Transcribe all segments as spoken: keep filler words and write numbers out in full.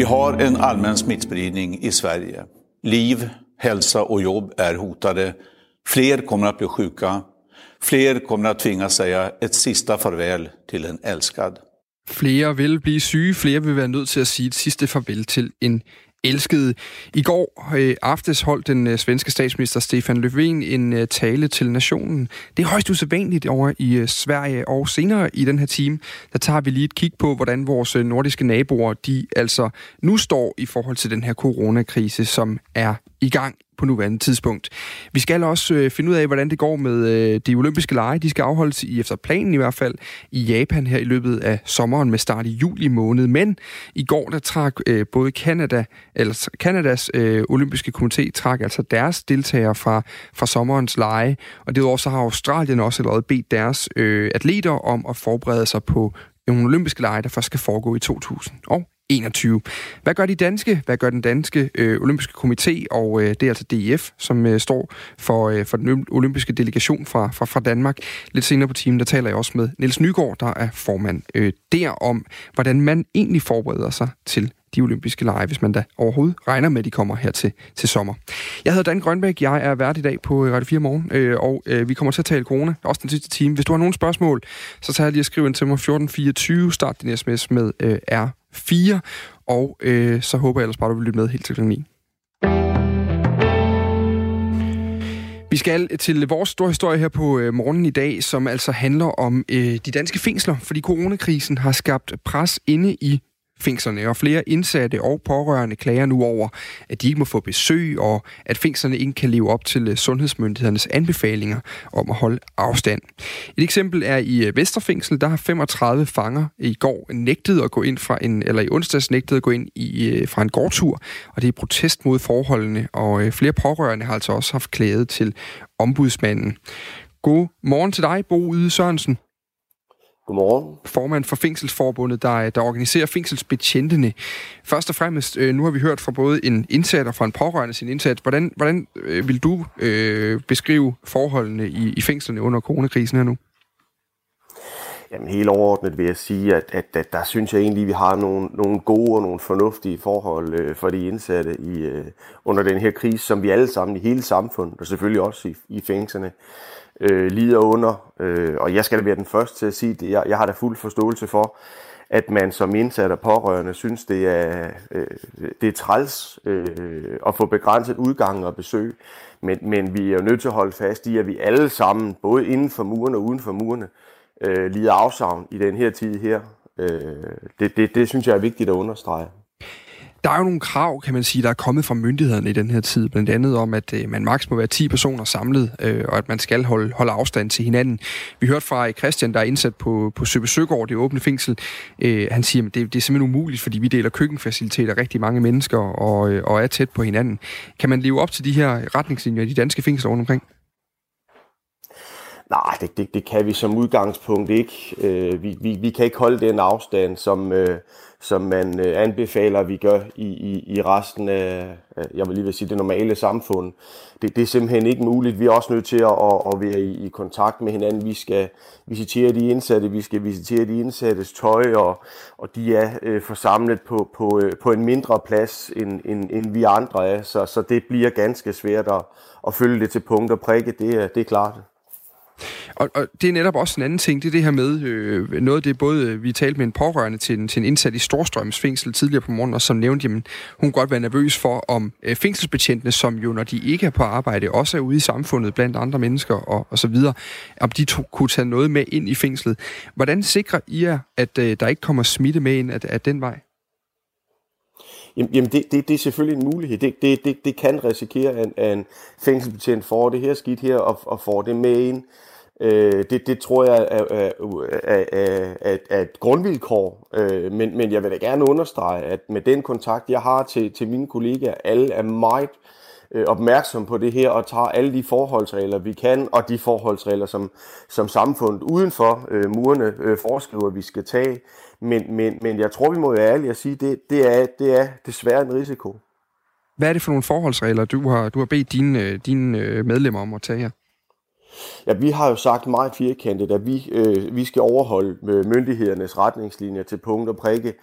har en allmän smittspridning i Sverige. Liv, hälsa och jobb är hotade. Fler kommer att bli sjuka. Fler kommer att tvingas säga ett sista farvel till en älskad. Flere vil blive syge, flere vil være nødt til at sige et sidste farvel til en elskede. I går øh, aftes holdt den øh, svenske statsminister Stefan Löfven en øh, tale til nationen. Det er højst usædvanligt over i øh, Sverige, og senere i den her time, der tager vi lige et kig på, hvordan vores øh, nordiske naboer, de altså nu står i forhold til den her coronakrise, som er i gang på nuværende tidspunkt. Vi skal også øh, finde ud af, hvordan det går med øh, de olympiske lege. De skal afholdes i efter planen i hvert fald i Japan her i løbet af sommeren med start i juli måned. Men i går der trak øh, både Canada, eller Canadas øh, olympiske komité trak altså deres deltagere fra, fra sommerens lege. Og derudover så har Australien også allerede bedt deres øh, atleter om at forberede sig på nogle olympiske lege, der først skal foregå i to tusind og enogtyve. Hvad gør de danske? Hvad gør den danske øh, olympiske komité? Og øh, det er altså D I F, som øh, står for, øh, for den olympiske delegation fra, fra, fra Danmark. Lidt senere på timen, der taler jeg også med Niels Nygaard, der er formand øh, der om, hvordan man egentlig forbereder sig til de olympiske lege, hvis man da overhovedet regner med, at de kommer her til, til sommer. Jeg hedder Dan Grønbæk, jeg er vært i dag på Radio fire Morgen, øh, og øh, vi kommer til at tale corona, også den sidste time. Hvis du har nogle spørgsmål, så tager jeg lige at skrive ind til mig fjorten fireogtyve, start din sms med øh, R fire, og øh, så håber jeg ellers bare, du vil lytte med helt til klokken ni. Vi skal til vores store historie her på øh, morgenen i dag, som altså handler om øh, de danske fængsler, fordi coronakrisen har skabt pres inde i fængslerne, og flere indsatte og pårørende klager nu over, at de ikke må få besøg, og at fængslerne ikke kan leve op til sundhedsmyndighedernes anbefalinger om at holde afstand. Et eksempel er i Vesterfængsel, der har femogtredive fanger i går nægtet at gå ind fra en, eller i onsdags nægtet at gå ind i, fra en gårdtur, og det er protest mod forholdene, og flere pårørende har altså også haft klaget til ombudsmanden. God morgen til dig, Bo Yde Sørensen. Godmorgen. Formand for Fængselsforbundet, der, der organiserer fængselsbetjentene. Først og fremmest, øh, nu har vi hørt fra både en indsat og fra en pårørende sin indsat. Hvordan, hvordan øh, vil du øh, beskrive forholdene i, i fængslerne under coronakrisen her nu? Jamen helt overordnet vil jeg sige, at, at, at der synes jeg egentlig, at vi har nogle, nogle gode og nogle fornuftige forhold øh, for de indsatte i, øh, under den her krise, som vi alle sammen i hele samfundet, og selvfølgelig også i, i fængslerne, øh, lider under. Øh, og jeg skal da være den første til at sige det. Jeg, jeg har da fuld forståelse for, at man som indsat og pårørende synes, det er, øh, det er træls øh, at få begrænset udgang og besøg. Men, men vi er jo nødt til at holde fast i, at vi alle sammen, både inden for murene og uden for murene, øh, lider afsavn i den her tid her. Øh, det, det, det synes jeg er vigtigt at understrege. Der er jo nogle krav, kan man sige, der er kommet fra myndighederne i den her tid, blandt andet om, at øh, man maks må være ti personer samlet, øh, og at man skal holde, holde afstand til hinanden. Vi hørte fra Christian, der er indsat på, på Søby Søgaard, det åbne fængsel. Øh, han siger, at det, det er simpelthen umuligt, fordi vi deler køkkenfaciliteter rigtig mange mennesker og, øh, og er tæt på hinanden. Kan man leve op til de her retningslinjer i de danske fængsler rundt omkring? Nej, det, det, det kan vi som udgangspunkt ikke. Øh, vi, vi, vi kan ikke holde den afstand, som, øh, som man øh, anbefaler, vi gør i, i, i resten af, jeg vil lige vil sige, det normale samfund. Det, det er simpelthen ikke muligt. Vi er også nødt til at, at, at være i, i kontakt med hinanden. Vi skal visitere de indsatte, vi skal visitere de indsattes tøj, og, og de er øh, forsamlet på, på, øh, på en mindre plads, end, end, end vi andre er. Så, så det bliver ganske svært at, at følge det til punkt og prikke, det er, det er klart. Og, og det er netop også en anden ting, det er det her med, øh, noget af det både, vi talte med en pårørende til en, til en indsat i Storstrøms fængsel tidligere på morgenen, og som nævnte, jamen, hun kunne godt være nervøs for, om øh, fængselsbetjentene, som jo, når de ikke er på arbejde, også er ude i samfundet blandt andre mennesker og, og så videre, om de to, kunne tage noget med ind i fængslet. Hvordan sikrer I jer, at øh, der ikke kommer smitte med ind af, af den vej? Jamen, det, det, det er selvfølgelig en mulighed. Det, det, det, det kan risikere, at en, en fængselsbetjent får det her skidt her og, og får det med ind. Øh, det, det tror jeg er, er, er, er, er et grundvilkår, øh, men, men jeg vil da gerne understrege, at med den kontakt, jeg har til, til mine kollegaer, alle er meget øh, opmærksom på det her og tager alle de forholdsregler, vi kan, og de forholdsregler, som, som samfundet uden for øh, murene øh, foreskriver, vi skal tage. Men, men, men jeg tror, vi må være ærlige at sige, at det, det, er, det er desværre en risiko. Hvad er det for nogle forholdsregler, du har, du har bedt dine, dine medlemmer om at tage her? Ja, vi har jo sagt meget firkantet, at vi, øh, vi skal overholde myndighedernes retningslinjer til punkt og prikke.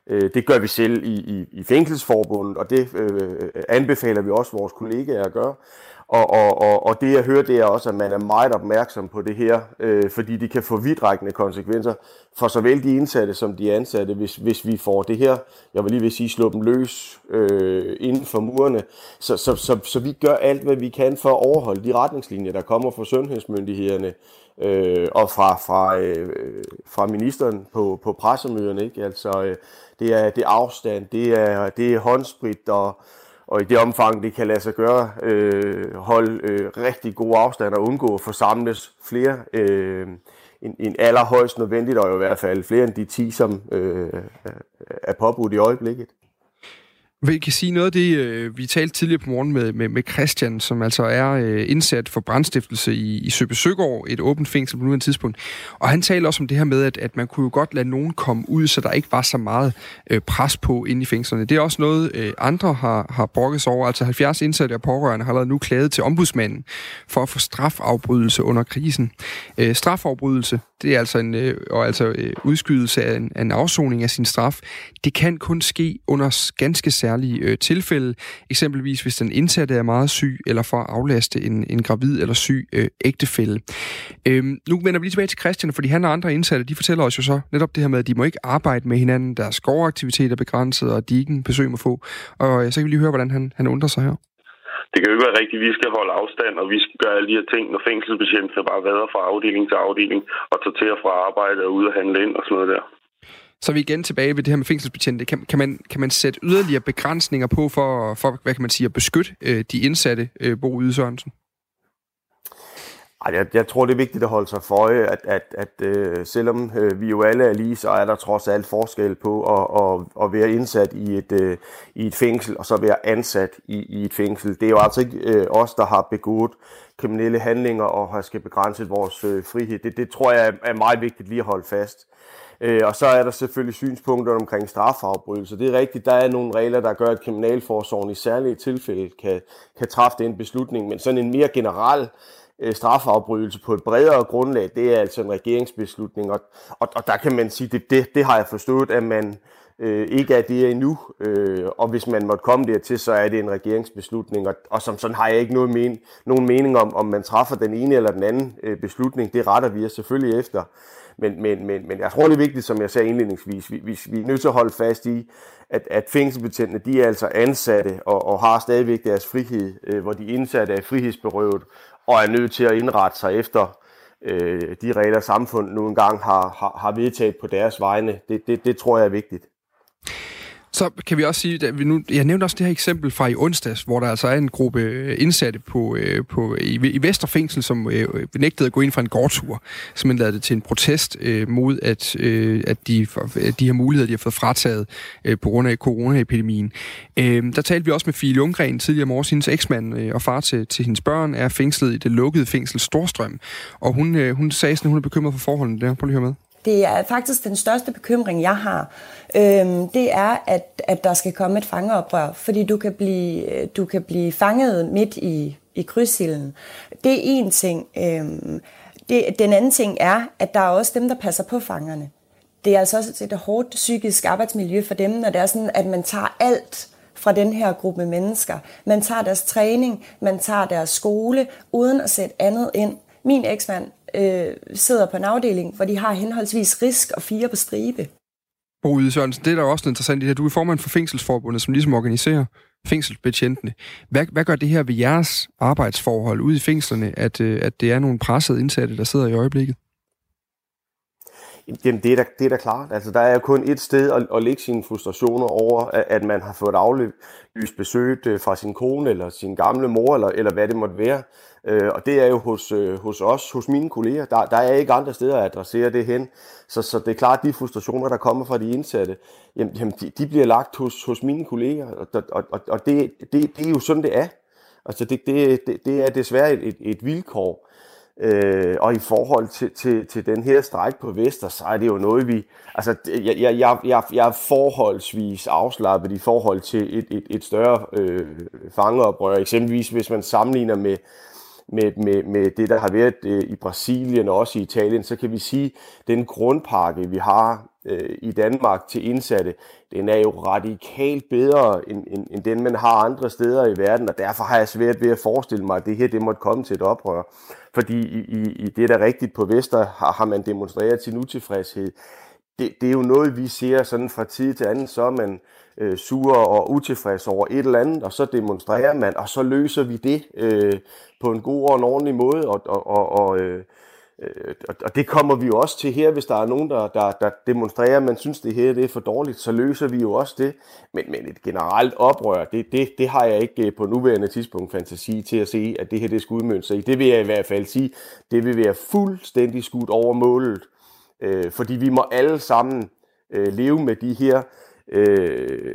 Det gør vi selv i, i, i Fængselsforbundet, og det øh, anbefaler vi også vores kollegaer at gøre. Og, og, og, og det jeg hører, det er også, at man er meget opmærksom på det her, øh, fordi det kan få vidtrækkende konsekvenser for såvel de indsatte som de ansatte, hvis, hvis vi får det her, jeg vil lige vil sige, slå dem løs øh, inden for murene. Så, så, så, så vi gør alt, hvad vi kan for at overholde de retningslinjer, der kommer fra sundhedsmyndighederne øh, og fra, fra, øh, fra ministeren på, på pressemøderne. Ikke? Altså, øh, det, er, det er afstand, det er, det er håndsprit og Og i det omfang, det kan lade sig gøre, øh, holde øh, rigtig god afstand og undgå at forsamles flere øh, end, end allerhøjst nødvendigt, og i hvert fald flere end de ti, som øh, er påbudt i øjeblikket. Vi kan sige noget af det, vi talte tidligere på morgen med, med, med Christian, som altså er indsat for brandstiftelse i, i Søby Søgaard, et åbent fængsel på nuværende tidspunkt. Og han talte også om det her med, at, at man kunne jo godt lade nogen komme ud, så der ikke var så meget øh, pres på inde i fængslerne. Det er også noget, øh, andre har, har brokket sig over. Altså halvfjerds indsatte og pårørende har allerede nu klaget til ombudsmanden for at få strafafbrydelse under krisen. Øh, strafafbrydelse, det er altså en, øh, og altså øh, udskydelse af en, af en afsoning af sin straf. Det kan kun ske under ganske særlige øh, tilfælde, eksempelvis hvis den indsatte er meget syg, eller for at aflaste en, en gravid eller syg øh, ægtefælle. Øhm, nu vender vi lige tilbage til Christian, fordi han og andre indsatte, de fortæller os jo så netop det her med, at de må ikke arbejde med hinanden, deres gårdaktivitet er begrænset, og de ikke en besøg må få. Og øh, så kan vi lige høre, hvordan han, han undrer sig her. Det kan jo ikke være rigtigt, vi skal holde afstand, og vi skal gøre alle de her ting, når fængselsbetjentene bare vader fra afdeling til afdeling, og tager til og fra arbejde og ud og handle ind og sådan noget der. Så er vi igen tilbage ved det her med fængselsbetjente. Kan, kan, man, kan man sætte yderligere begrænsninger på for, for hvad kan man sige, at beskytte øh, de indsatte, øh, Bo Yde Sørensen? Ej, jeg, jeg tror, det er vigtigt at holde sig for øje, at, at, at øh, selvom øh, vi jo alle er lige, så er der trods alt forskel på at, at, at være indsat i et, øh, i et fængsel, og så være ansat i, i et fængsel. Det er jo altså ikke øh, os, der har begået kriminelle handlinger og har skal begrænset vores øh, frihed. Det, det tror jeg er meget vigtigt lige at holde fast. Øh, og så er der selvfølgelig synspunkter omkring strafafbrydelse. Det er rigtigt, der er nogle regler, der gør, at kriminalforsorgen i særlige tilfælde kan, kan træffe den beslutning, men sådan en mere generel strafafbrydelse på et bredere grundlag, det er altså en regeringsbeslutning, og, og, og der kan man sige, det, det, det har jeg forstået, at man øh, ikke er det endnu, øh, og hvis man måtte komme dertil, så er det en regeringsbeslutning, og, og som sådan har jeg ikke noget men, nogen mening om, om man træffer den ene eller den anden øh, beslutning, det retter vi selvfølgelig efter, men, men, men, men jeg tror, det er vigtigt, som jeg sagde indledningsvis, vi, vi, vi er nødt til at holde fast i, at, at fængselsbetjentene, de er altså ansatte, og, og har stadigvæk deres frihed, øh, hvor de indsatte er frihedsberøvet, og er nødt til at indrette sig efter øh, de regler, samfundet nu engang har, har, har vedtaget på deres vegne. Det, det, det tror jeg er vigtigt. Så kan vi også sige, at vi nu, jeg nævnte også det her eksempel fra i onsdags, hvor der altså er en gruppe indsatte på, på, i, i Vesterfængsel, som øh, benægtede at gå ind for en gårdtur, som lavede det til en protest øh, mod, at, øh, at de, de her muligheder, de har fået frataget øh, på grund af coronaepidemien. Øh, der talte vi også med Fie Lundgren tidligere morges, hendes eksmand øh, og far til, til hendes børn er fængslet i det lukkede fængsel Storstrøm, og hun, øh, hun sagde sådan, at hun er bekymret for forholdene der. Prøv lige at høre med. Det er faktisk den største bekymring, jeg har. Øhm, det er, at, at der skal komme et fangeoprør, fordi du kan blive, du kan blive fanget midt i, i krydsilden. Det er en ting. Øhm, det, den anden ting er, at der er også dem, der passer på fangerne. Det er altså også et hårdt psykisk arbejdsmiljø for dem, når det er sådan, at man tager alt fra den her gruppe mennesker. Man tager deres træning, man tager deres skole, uden at sætte andet ind. Min eksmand øh, sidder på en afdeling, hvor de har henholdsvis risk og fire på stribe. Bo Yde Sørensen, det er da også interessant i det her. Du er formand for Fængselsforbundet, som ligesom organiserer fængselsbetjentene. Hvad, hvad gør det her ved jeres arbejdsforhold ude i fængslerne, at, at det er nogle pressede indsatte, der sidder i øjeblikket? Jamen, det er da, det er da klart. Altså, der er jo kun et sted at, at lægge sine frustrationer over, at man har fået aflyst besøg fra sin kone, eller sin gamle mor, eller, eller hvad det måtte være. Øh, og det er jo hos, øh, hos os, hos mine kolleger. Der, der er ikke andre steder at adressere det hen. Så, så det er klart, at de frustrationer, der kommer fra de indsatte, jamen, jamen de, de bliver lagt hos, hos mine kolleger. Og, og, og, og det, det, det er jo sådan, det er. Altså, det, det, det, det er desværre et, et vilkår. Øh, og i forhold til, til, til den her strejk på Vester, så er det jo noget, vi... Altså, jeg, jeg, jeg, jeg er forholdsvis afslappet i forhold til et, et, et større øh, fangeoprør. Eksempelvis, hvis man sammenligner med, med, med, med det, der har været øh, i Brasilien og også i Italien, så kan vi sige, at den grundpakke, vi har øh, i Danmark til indsatte, den er jo radikalt bedre end, end, end den, man har andre steder i verden, og derfor har jeg svært ved at forestille mig, at det her det måtte komme til et oprør. Fordi i, i, i det, der er rigtigt på Vester, har, har man demonstreret sin utilfredshed. Det, det er jo noget, vi ser sådan fra tid til anden, så er man øh, sur og utilfreds over et eller andet, og så demonstrerer man, og så løser vi det øh, på en god og en ordentlig måde, og, og, og, og, øh, og det kommer vi jo også til her, hvis der er nogen, der, der, der demonstrerer, man synes, det her det er for dårligt, så løser vi jo også det. Men, men et generelt oprør, det, det, det har jeg ikke på nuværende tidspunkt fantasi til at se, at det her det skal udmønte sig i. Det vil jeg i hvert fald sige, det vil være fuldstændig skudt over målet. Øh, fordi vi må alle sammen øh, leve med de her øh,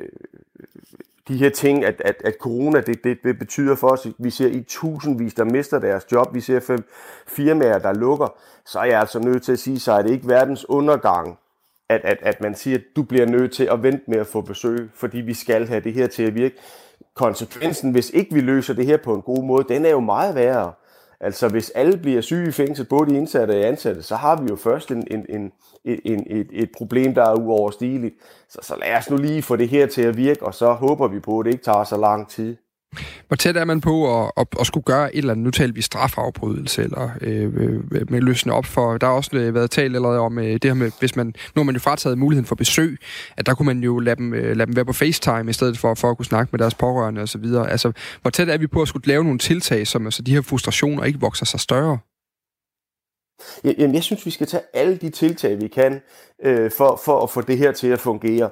de her ting, at, at, at corona det, det, det betyder for os. Vi ser i tusindvis, der mister deres job. Vi ser fem firmaer, der lukker. Så er jeg altså nødt til at sige, så er det ikke verdens undergang, at, at, at man siger, at du bliver nødt til at vente med at få besøg, fordi vi skal have det her til at virke. Konsekvensen, hvis ikke vi løser det her på en god måde, den er jo meget værre. Altså hvis alle bliver syge i fængsel, både de indsatte og ansatte, så har vi jo først en, en, en, en, et, et problem, der er uoverstigeligt. Så, så lad os nu lige få det her til at virke, og så håber vi på, at det ikke tager så lang tid. Hvor tæt er man på at, at, at skulle gøre et eller andet? Nu taler vi strafafbrydelse, eller øh, med løsne op for... Der har også været talt allerede om øh, det her med, hvis man... Nu har man jo frataget muligheden for besøg, at der kunne man jo lade dem, øh, lade dem være på FaceTime, i stedet for, for at kunne snakke med deres pårørende og så videre. Altså, hvor tæt er vi på at skulle lave nogle tiltag, som altså, de her frustrationer ikke vokser sig større? Jamen, jeg synes, vi skal tage alle de tiltag, vi kan, øh, for, for at få det her til at fungere.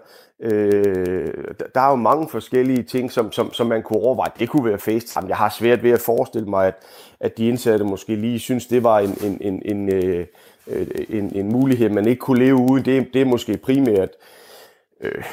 Øh, der er jo mange forskellige ting, som, som, som man kunne overveje. Det kunne være FaceTime. Jeg har svært ved at forestille mig, at, at de indsatte måske lige synes, det var en, en, en, en, øh, en, en mulighed, man ikke kunne leve uden. Det, det er måske primært... Øh,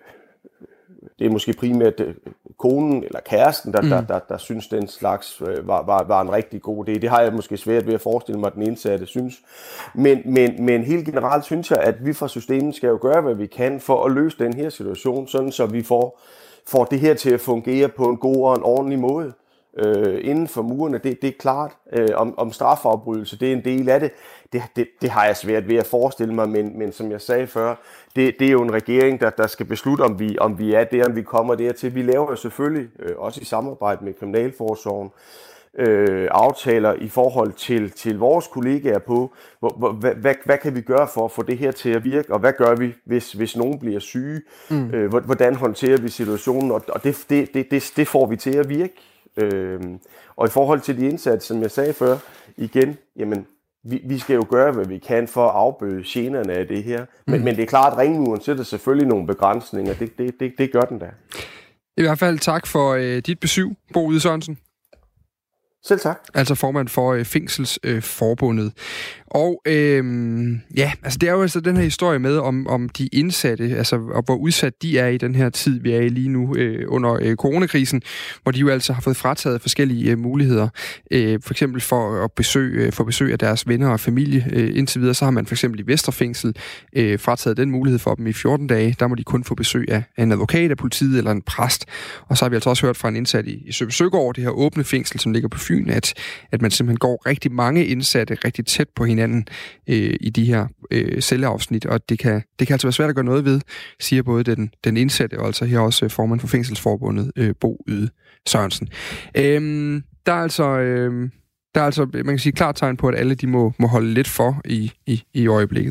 Det er måske primært konen eller kæresten, der, mm. der, der, der synes, den slags var, var, var en rigtig god idé. Det har jeg måske svært ved at forestille mig, at den indsatte synes. Men, men, men helt generelt synes jeg, at vi fra systemet skal jo gøre, hvad vi kan for at løse den her situation, sådan så vi får, får det her til at fungere på en god og en ordentlig måde. Øh, inden for murene, det, det er klart. Øh, om, om strafafbrydelse, det er en del af det. Det, det. det har jeg svært ved at forestille mig, men, men som jeg sagde før, det, det er jo en regering, der, der skal beslutte, om vi, om vi er der, om vi kommer dertil. Vi laver jo selvfølgelig, øh, også i samarbejde med Kriminalforsorgen, øh, aftaler i forhold til, til vores kollegaer på, hvor, hvor, hvad, hvad, hvad kan vi gøre for at få det her til at virke, og hvad gør vi, hvis, hvis nogen bliver syge? Mm. Øh, hvordan håndterer vi situationen? Og, og det, det, det, det, det får vi til at virke. Øhm, og i forhold til de indsatte, som jeg sagde før, igen, jamen, vi, vi skal jo gøre, hvad vi kan for at afbøde generne af det her. Men, mm. men det er klart, at ringmuren sætter selvfølgelig nogle begrænsninger. Det, det, det, det gør den da. I hvert fald tak for øh, dit besøg, Bo Yde Sørensen. Selv tak. Altså formand for øh, Fængselsforbundet. Øh, og øh, ja, altså det er jo altså den her historie med om, om de indsatte, altså og hvor udsat de er i den her tid, vi er i lige nu øh, under øh, coronakrisen, hvor de jo altså har fået frataget forskellige øh, muligheder. Øh, for eksempel for at besøge, øh, for besøg af deres venner og familie. Øh, indtil videre så har man for eksempel i Vesterfængsel øh, frataget den mulighed for dem i fjorten dage. Der må de kun få besøg af en advokat af politiet eller en præst. Og så har vi altså også hørt fra en indsat i, i Søby-Søgaard, det her åbne fængsel, som ligger på Fyn, at, at man simpelthen går rigtig mange indsatte rigtig tæt på hinanden øh, i de her øh, celleafsnit, og det kan, det kan altså være svært at gøre noget ved, siger både den, den indsatte og altså her også formand for Fængselsforbundet, øh, Bo Yde Sørensen. Øh, der er altså... Øh, der er altså, man kan sige, klart tegn på, at alle de må, må holde lidt for i, i, i øjeblikket.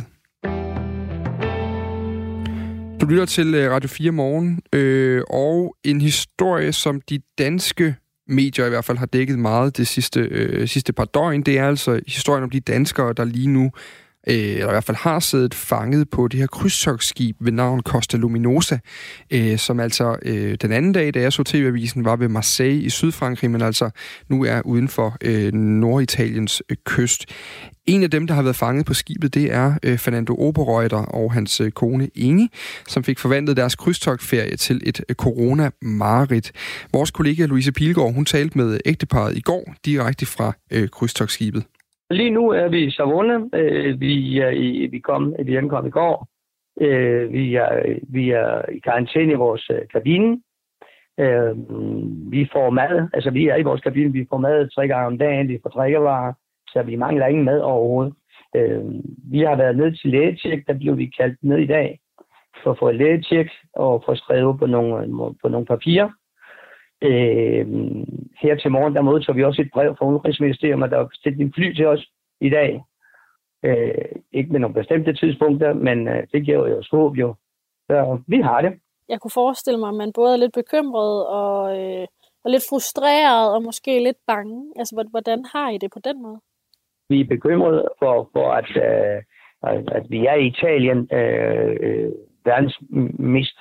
Du lytter til Radio fire Morgen, øh, og en historie, som de danske medier i hvert fald har dækket meget det sidste, øh, sidste par døgn. Det er altså historien om de danskere, der lige nu, øh, eller i hvert fald har siddet fanget på det her krydstogtskib ved navn Costa Luminosa, øh, som altså øh, den anden dag, da jeg så T V-avisen, var ved Marseille i Sydfrankrig, men altså nu er uden for øh, Norditaliens øh, kyst. En af dem, der har været fanget på skibet, det er øh, Fernando Oberreuter og hans øh, kone Inge, som fik forvandlet deres krydstogtferie til et øh, corona-mareridt. Vores kollega Louise Pilgaard, hun talte med ægteparret i går, direkte fra øh, krydstogtskibet. Lige nu er vi i Savone. Øh, vi, er i, vi, kom, vi ankom i går. Øh, vi, er, vi er i karantæne i vores øh, kabine. Øh, vi får mad, altså vi er i vores kabine, vi får mad tre gange om dagen, vi får drikkevarer. Så vi mangler ingen mad overhovedet. Øh, vi har været ned til lægetjek, der blev vi kaldt ned i dag for at få et lægetjek og få skrevet på nogle, på nogle papirer. Øh, her til morgen, der modtog vi også et brev fra Udenrigsministeriet, der har bestilt en fly til os i dag. Øh, ikke med nogle bestemte tidspunkter, men øh, det giver jo håb jo. Så vi har det. Jeg kunne forestille mig, at man både er lidt bekymret og, øh, og lidt frustreret og måske lidt bange. Altså, hvordan har I det på den måde? Vi er bekymrede for, for at, øh, at vi er i Italien, øh, verdens mest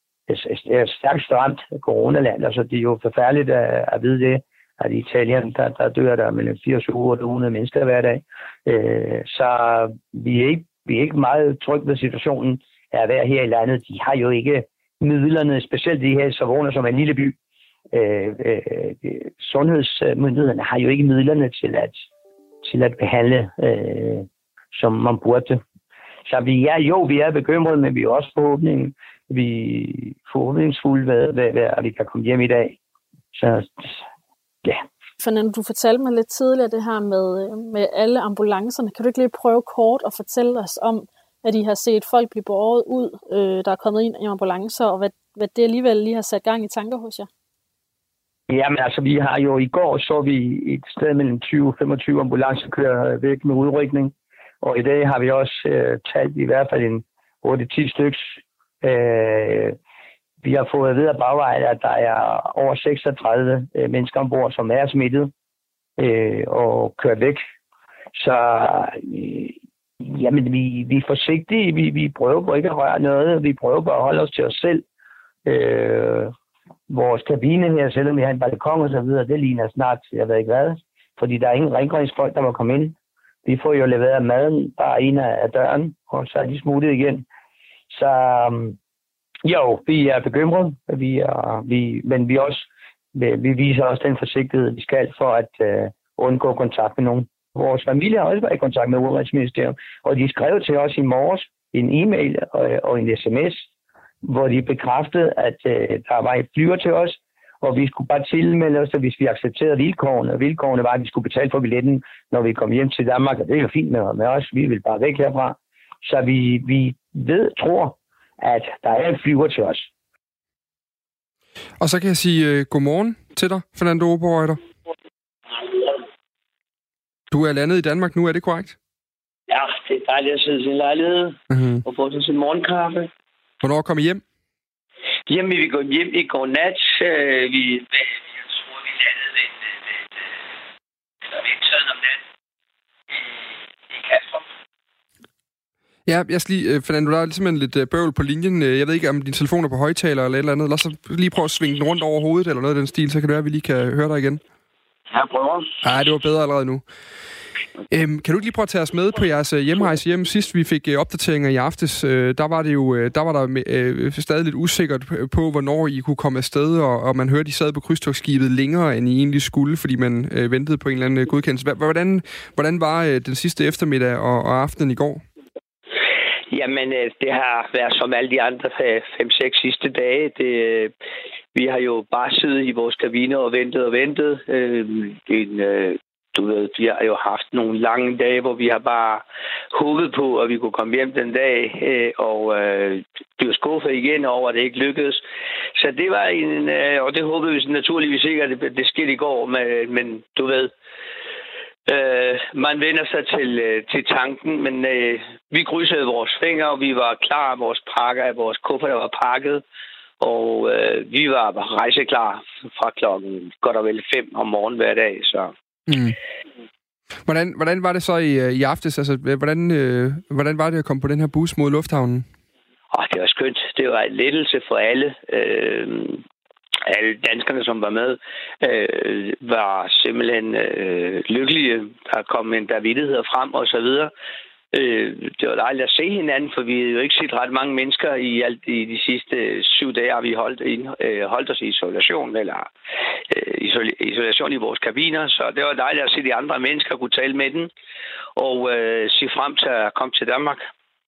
stærkt ramt coronaland. Altså, det er jo forfærdeligt at, at vide det, at i Italien, der, der dør der mellem firs og otte hundrede mennesker hver dag. Øh, så vi er, ikke, vi er ikke meget trygge ved situationen at være her i landet. De har jo ikke midlerne, specielt de her Savona, som er en lille by. Øh, øh, sundhedsmyndighederne har jo ikke midlerne til at, til at behandle, øh, som man burde. Så vi er jo, vi er bekymrede, men vi er også forhåbning, vi er forhåbningsfulde ved, ved, ved, at vi kan komme hjem i dag. Så ja. Fernando, du fortalte mig lidt tidligere det her med, med alle ambulancerne. Kan du ikke lige prøve kort at fortælle os om, at I har set folk blive båret ud, øh, der er kommet ind i ambulancer, og hvad, hvad det alligevel lige har sat gang i tanker hos jer? Jamen altså, vi har jo i går, så vi et sted mellem tyve og femogtyve ambulancer kører væk med udrykning. Og i dag har vi også øh, talt i hvert fald en otte til ti styks. Øh, vi har fået at vide af bagvejen, at der er over seksogtredive øh, mennesker ombord, som er smittet øh, og kørt væk. Så øh, jamen, vi, vi er forsigtige. Vi, vi prøver på ikke at røre noget. Vi prøver på at holde os til os selv. Øh, vores kabine her, selvom vi har en balkon og så videre, det ligner snart, jeg ved ikke hvad. Fordi der er ingen rengøringsfolk, der må komme ind. Vi får jo leveret maden bare en af døren, og så er de smuttet igen. Så jo, vi er bekymrede, vi er, vi, men vi, også, vi viser også den forsigtighed, vi skal for at uh, undgå kontakt med nogen. Vores familie har også været i kontakt med Udenrigsministeriet, og de skrev til os i morges en e-mail og, og en sms, hvor de bekræftede, at uh, der var et flyver til os, og vi skulle bare tilmelde os, hvis vi accepterede vilkårene. Og vilkårene var, at vi skulle betale for billetten, når vi kom hjem til Danmark. Og det er jo fint med, med os. Vi vil bare væk herfra. Så vi, vi ved, tror, at der er et flyver til os. Og så kan jeg sige uh, godmorgen til dig, Fernando Oberreuter. Du er landet i Danmark nu, er det korrekt? Ja, det er dejligt at sidde i sin lejlighed uh-huh. og få til sin morgenkaffe. Hvornår kom I hjem? Jamen, vi går hjem i går nat. Øh, vi, jeg tror, vi landede ved vinteren om natten i Kastrup. Ja, jeg skal lige, Fernando, der er simpelthen lidt bøvl på linjen. Jeg ved ikke, om din telefon er på højtaler eller et eller andet. Lad os lige prøve at svinge den rundt over hovedet eller noget af den stil, så kan det være, at vi lige kan høre dig igen. Jeg prøver. Nej, det var bedre allerede nu. Øhm, kan du ikke lige prøve at tage os med på jeres hjemrejse hjem? Sidst vi fik øh, opdateringer i aftes, øh, der var det jo øh, der var der øh, stadig lidt usikkert på, hvornår I kunne komme afsted, og, og man hørte, at I sad på krydstogtskibet længere, end I egentlig skulle, fordi man øh, ventede på en eller anden godkendelse. Hvordan, hvordan var øh, den sidste eftermiddag og, og aftenen i går? Jamen, det har været som alle de andre fem seks sidste dage. Det, vi har jo bare siddet i vores kabine og ventet og ventet. Øh, en, øh, Du ved, vi har jo haft nogle lange dage, hvor vi har bare håbet på, at vi kunne komme hjem den dag, og øh, blev skuffet igen over, at det ikke lykkedes. Så det var en, øh, og det håbede vi naturligvis ikke, at det, det skete i går, men, men du ved, øh, man vender sig til, øh, til tanken, men øh, vi krydsede vores fingre, og vi var klar, vores pakker, vores kuffer var pakket, og øh, vi var rejseklar fra klokken godt og vel fem om morgenen hver dag, så... Mm. Hvordan, hvordan var det så i, i aftes? Altså, hvordan, øh, hvordan var det at komme på den her bus mod lufthavnen? Oh, det var skønt. Det var en lettelse for alle. Øh, alle danskerne, som var med, øh, var simpelthen øh, lykkelige. Der kom en der vittigheder frem og så videre. Øh, det var dejligt at se hinanden, for vi har jo ikke set ret mange mennesker i alt i de sidste syv dage, har vi holdt, ind, øh, holdt os i isolation, eller øh, isolation i vores kabiner, så det var dejligt at se de andre mennesker kunne tale med den, og øh, se frem til at komme til Danmark.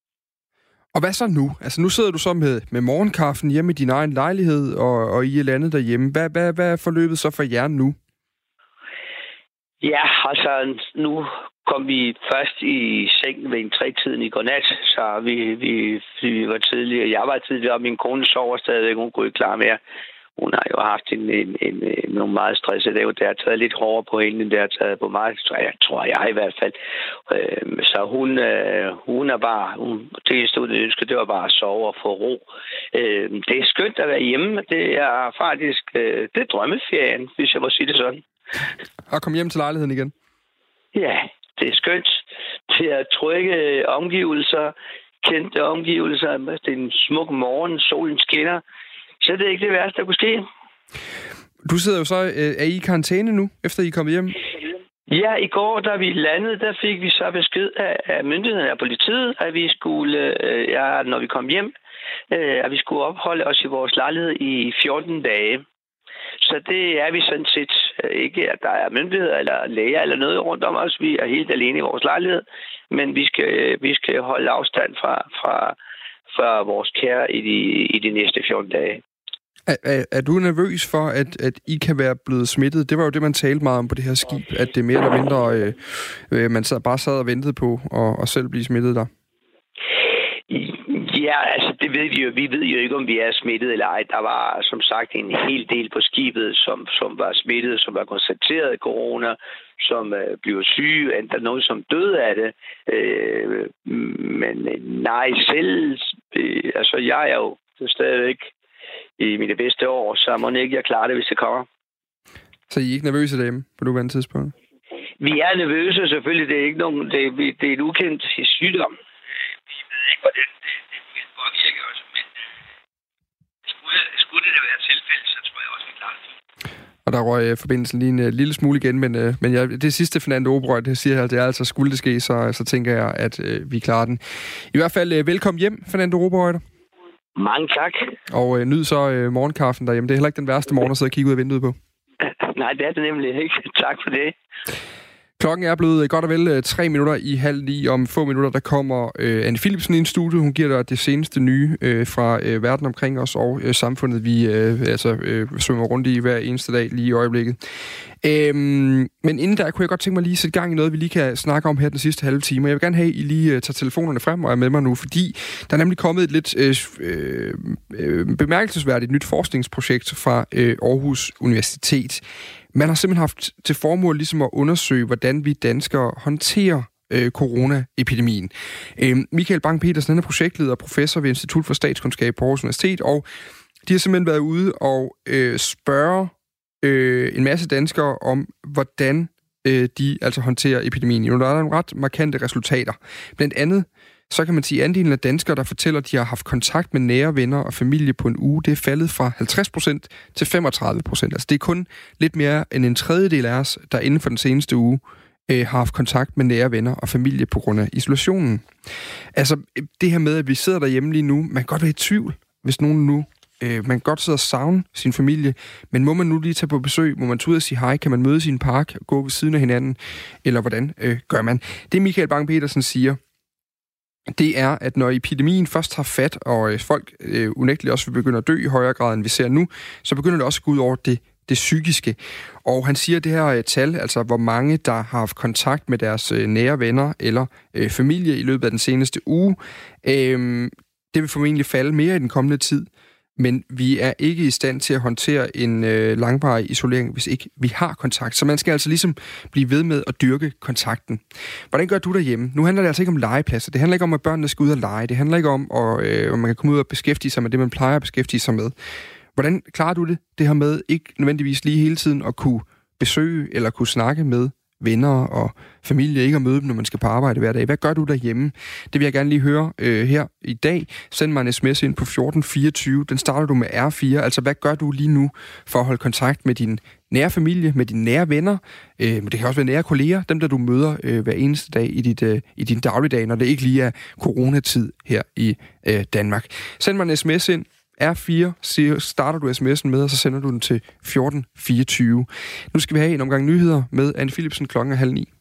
Og hvad så nu? Altså nu sidder du så med, med morgenkaffen hjemme i din egen lejlighed, og, og I er landet derhjemme. Hvad, hvad, hvad er forløbet så for jer nu? Ja, altså nu kom vi først i seng ved en tre-tiden i går nat, så vi, vi, vi var tidligere. Jeg var tidligere, og min kone sover stadigvæk, hun kunne ikke klare mere. Hun har jo haft en, en, en, en, nogle meget stressede dage. Det har taget lidt hårdere på hende, end det har taget på mig, så jeg tror jeg i hvert fald. Øh, så hun, øh, hun er bare, hun, det eneste hun ønsker, det var bare at sove og få ro. Øh, det er skønt at være hjemme. Det er faktisk, øh, det er drømmeferien, hvis jeg må sige det sådan. Og kom hjem til lejligheden igen? Ja, det er skønt. Det er trygge omgivelser, kendte omgivelser. Det er en smuk morgen, solen skinner. Så det er ikke det værste, der kunne ske. Du sidder jo så, er I i karantæne nu, efter I er kommet hjem? Ja, i går, da vi landede, der fik vi så besked af, af myndighederne af politiet, at vi skulle, ja, når vi kom hjem, at vi skulle opholde os i vores lejlighed i fjorten dage. Så det er vi sådan set ikke, at der er myndigheder eller læger eller noget rundt om os. Vi er helt alene i vores lejlighed, men vi skal, vi skal holde afstand fra, fra, fra vores kære i de, i de næste fjorten dage. Er, er, er du nervøs for, at, at I kan være blevet smittet? Det var jo det, man talte meget om på det her skib, at det mere eller mindre, øh, øh, man sad, bare sad og ventede på at, at selv blive smittet der. Ja, altså det ved vi jo. Vi ved jo ikke, om vi er smittet eller ej. Der var som sagt en hel del på skibet, som, som var smittet, som var konstateret corona, som øh, blev syge, endda nogen som døde af det. Øh, men nej, selv, øh, altså jeg er jo stadigvæk i mine bedste år, så må ikke jeg klare det, hvis det kommer. Så I er ikke nervøse derhjemme på nuværende tidspunkt? Vi er nervøse, selvfølgelig. Det er ikke nogen, det, det er et ukendt sygdom. Vi ved ikke, hvordan det, det vil påvirke os, men skulle, skulle det være tilfælde, så tror jeg også, vi klarer det. Og der røg forbindelsen lige en uh, lille smule igen, men, uh, men jeg, det sidste Fernando Oberøj, det siger at det er altså, skulle det ske, så, så tænker jeg, at uh, vi klarer den. I hvert fald uh, velkommen hjem, Fernando Oberøj. Mange tak. Og uh, nyd så uh, morgenkaffen derhjemme. Det er heller ikke den værste morgen at sidde og kigge ud af vinduet på. Nej, det er det nemlig ikke. Tak for det. Klokken er blevet godt og vel tre minutter i halv ni. Om få minutter, der kommer øh, Anne Philipsen ind i studiet. Hun giver dig det seneste nye øh, fra øh, verden omkring os og øh, samfundet, vi øh, altså, øh, svømmer rundt i hver eneste dag lige i øjeblikket. Øhm, men inden der kunne jeg godt tænke mig lige at sætte gang i noget, vi lige kan snakke om her den sidste halve time. Jeg vil gerne have, at I lige uh, tager telefonerne frem og er med mig nu, fordi der er nemlig kommet et lidt øh, øh, bemærkelsesværdigt nyt forskningsprojekt fra øh, Aarhus Universitet. Man har simpelthen haft til formål ligesom at undersøge, hvordan vi danskere håndterer øh, coronaepidemien. Øh, Michael Bang-Petersen er projektleder og professor ved Institut for Statskundskab på Aarhus Universitet, og de har simpelthen været ude og øh, spørge øh, en masse danskere om, hvordan øh, de altså håndterer epidemien. Jo, der er nogle ret markante resultater. Blandt andet så kan man sige, at andelen af danskere, der fortæller, at de har haft kontakt med nære venner og familie på en uge, det er faldet fra halvtreds procent til femogtredive procent. Altså det er kun lidt mere end en tredjedel af os, der inden for den seneste uge øh, har haft kontakt med nære venner og familie på grund af isolationen. Altså det her med, at vi sidder derhjemme lige nu, man kan godt være i tvivl, hvis nogen nu, øh, man kan godt sidde og savne sin familie, men må man nu lige tage på besøg, må man tage ud og sige hej, kan man mødes i en park, gå ved siden af hinanden, eller hvordan øh, gør man? Det Michael Bang-Petersen siger, det er, at når epidemien først har fat, og øh, folk øh, unægteligt også vil begynde at dø i højere grad, end vi ser nu, så begynder det også at gå ud over det, det psykiske. Og han siger, at det her øh, tal, altså hvor mange, der har haft kontakt med deres øh, nære venner eller øh, familie i løbet af den seneste uge, øh, det vil formentlig falde mere i den kommende tid. Men vi er ikke i stand til at håndtere en øh, langvarig isolering, hvis ikke vi har kontakt. Så man skal altså ligesom blive ved med at dyrke kontakten. Hvordan gør du derhjemme? Nu handler det altså ikke om legepladser. Det handler ikke om, at børnene skal ud og lege. Det handler ikke om, at øh, man kan komme ud og beskæftige sig med det, man plejer at beskæftige sig med. Hvordan klarer du det, det her med ikke nødvendigvis lige hele tiden at kunne besøge eller kunne snakke med venner og familie, ikke at møde dem, når man skal på arbejde hver dag? Hvad gør du derhjemme? Det vil jeg gerne lige høre øh, her i dag. Send mig en sms ind på fjorten fireogtyve. Den starter du med R fire. Altså, hvad gør du lige nu for at holde kontakt med din nære familie, med dine nære venner? Øh, men det kan også være nære kolleger, dem der du møder øh, hver eneste dag i, dit, øh, i din dagligdag, når det ikke lige er coronatid her i øh, Danmark. Send mig en sms ind. R fire starter du sms'en med, og så sender du den til fjorten fireogtyve. Nu skal vi have en omgang nyheder med Anne Philipsen klokken halv ni.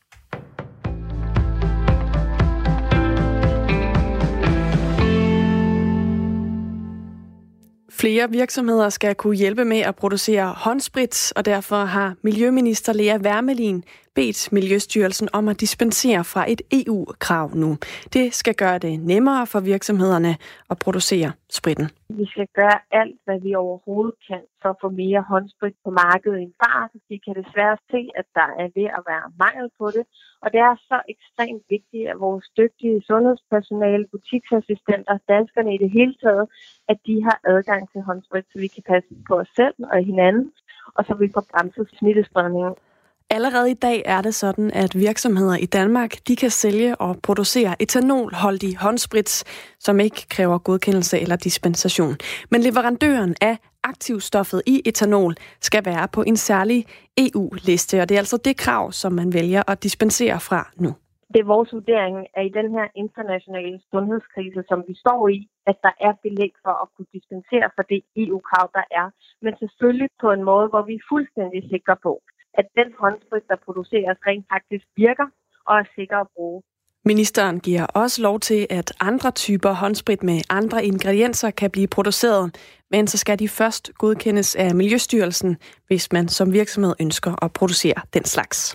Flere virksomheder skal kunne hjælpe med at producere håndsprit, og derfor har Miljøminister Lea Wermelin bedt Miljøstyrelsen om at dispensere fra et E U-krav nu. Det skal gøre det nemmere for virksomhederne at producere spritten. Vi skal gøre alt, hvad vi overhovedet kan for at få mere håndsprit på markedet i en fart. Vi kan desværre se, at der er ved at være mangel på det. Og det er så ekstremt vigtigt, at vores dygtige sundhedspersonale, butiksassistenter, danskerne i det hele taget, at de har adgang til håndsprit, så vi kan passe på os selv og hinanden, og så vi får bremset smittespredningen. Allerede i dag er det sådan, at virksomheder i Danmark, de kan sælge og producere etanolholdig håndsprit, som ikke kræver godkendelse eller dispensation. Men leverandøren af aktivstoffet i etanol skal være på en særlig E U-liste, og det er altså det krav, som man vælger at dispensere fra nu. Det er vores vurdering, at i den her internationale sundhedskrise, som vi står i, at der er belæg for at kunne dispensere for det E U-krav, der er. Men selvfølgelig på en måde, hvor vi er fuldstændig sikre på, at den håndsprit, der produceres, rent faktisk virker og er sikker at bruge. Ministeren giver også lov til, at andre typer håndsprit med andre ingredienser kan blive produceret, men så skal de først godkendes af Miljøstyrelsen, hvis man som virksomhed ønsker at producere den slags.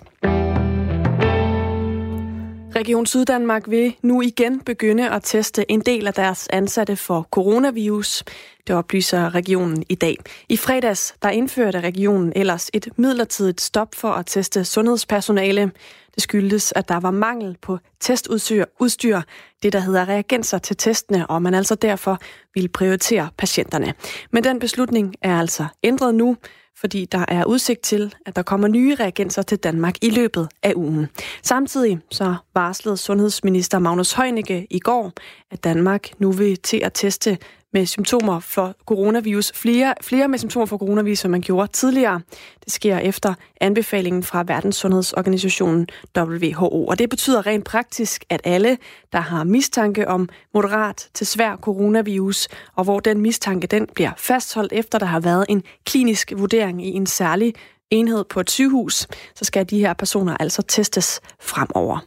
Region Syddanmark vil nu igen begynde at teste en del af deres ansatte for coronavirus. Det oplyser regionen i dag. I fredags der indførte regionen ellers et midlertidigt stop for at teste sundhedspersonale. Det skyldtes, at der var mangel på testudstyr, udstyr, det der hedder reagenser til testene, og man altså derfor ville prioritere patienterne. Men den beslutning er altså ændret nu, fordi der er udsigt til, at der kommer nye reagenser til Danmark i løbet af ugen. Samtidig så varslede sundhedsminister Magnus Heunicke i går, at Danmark nu vil til at teste med symptomer for coronavirus. Flere, flere med symptomer for coronavirus, som man gjorde tidligere. Det sker efter anbefalingen fra Verdenssundhedsorganisationen W H O. Og det betyder rent praktisk, at alle, der har mistanke om moderat til svær coronavirus, og hvor den mistanke den bliver fastholdt efter, der har været en klinisk vurdering i en særlig enhed på et sygehus, så skal de her personer altså testes fremover.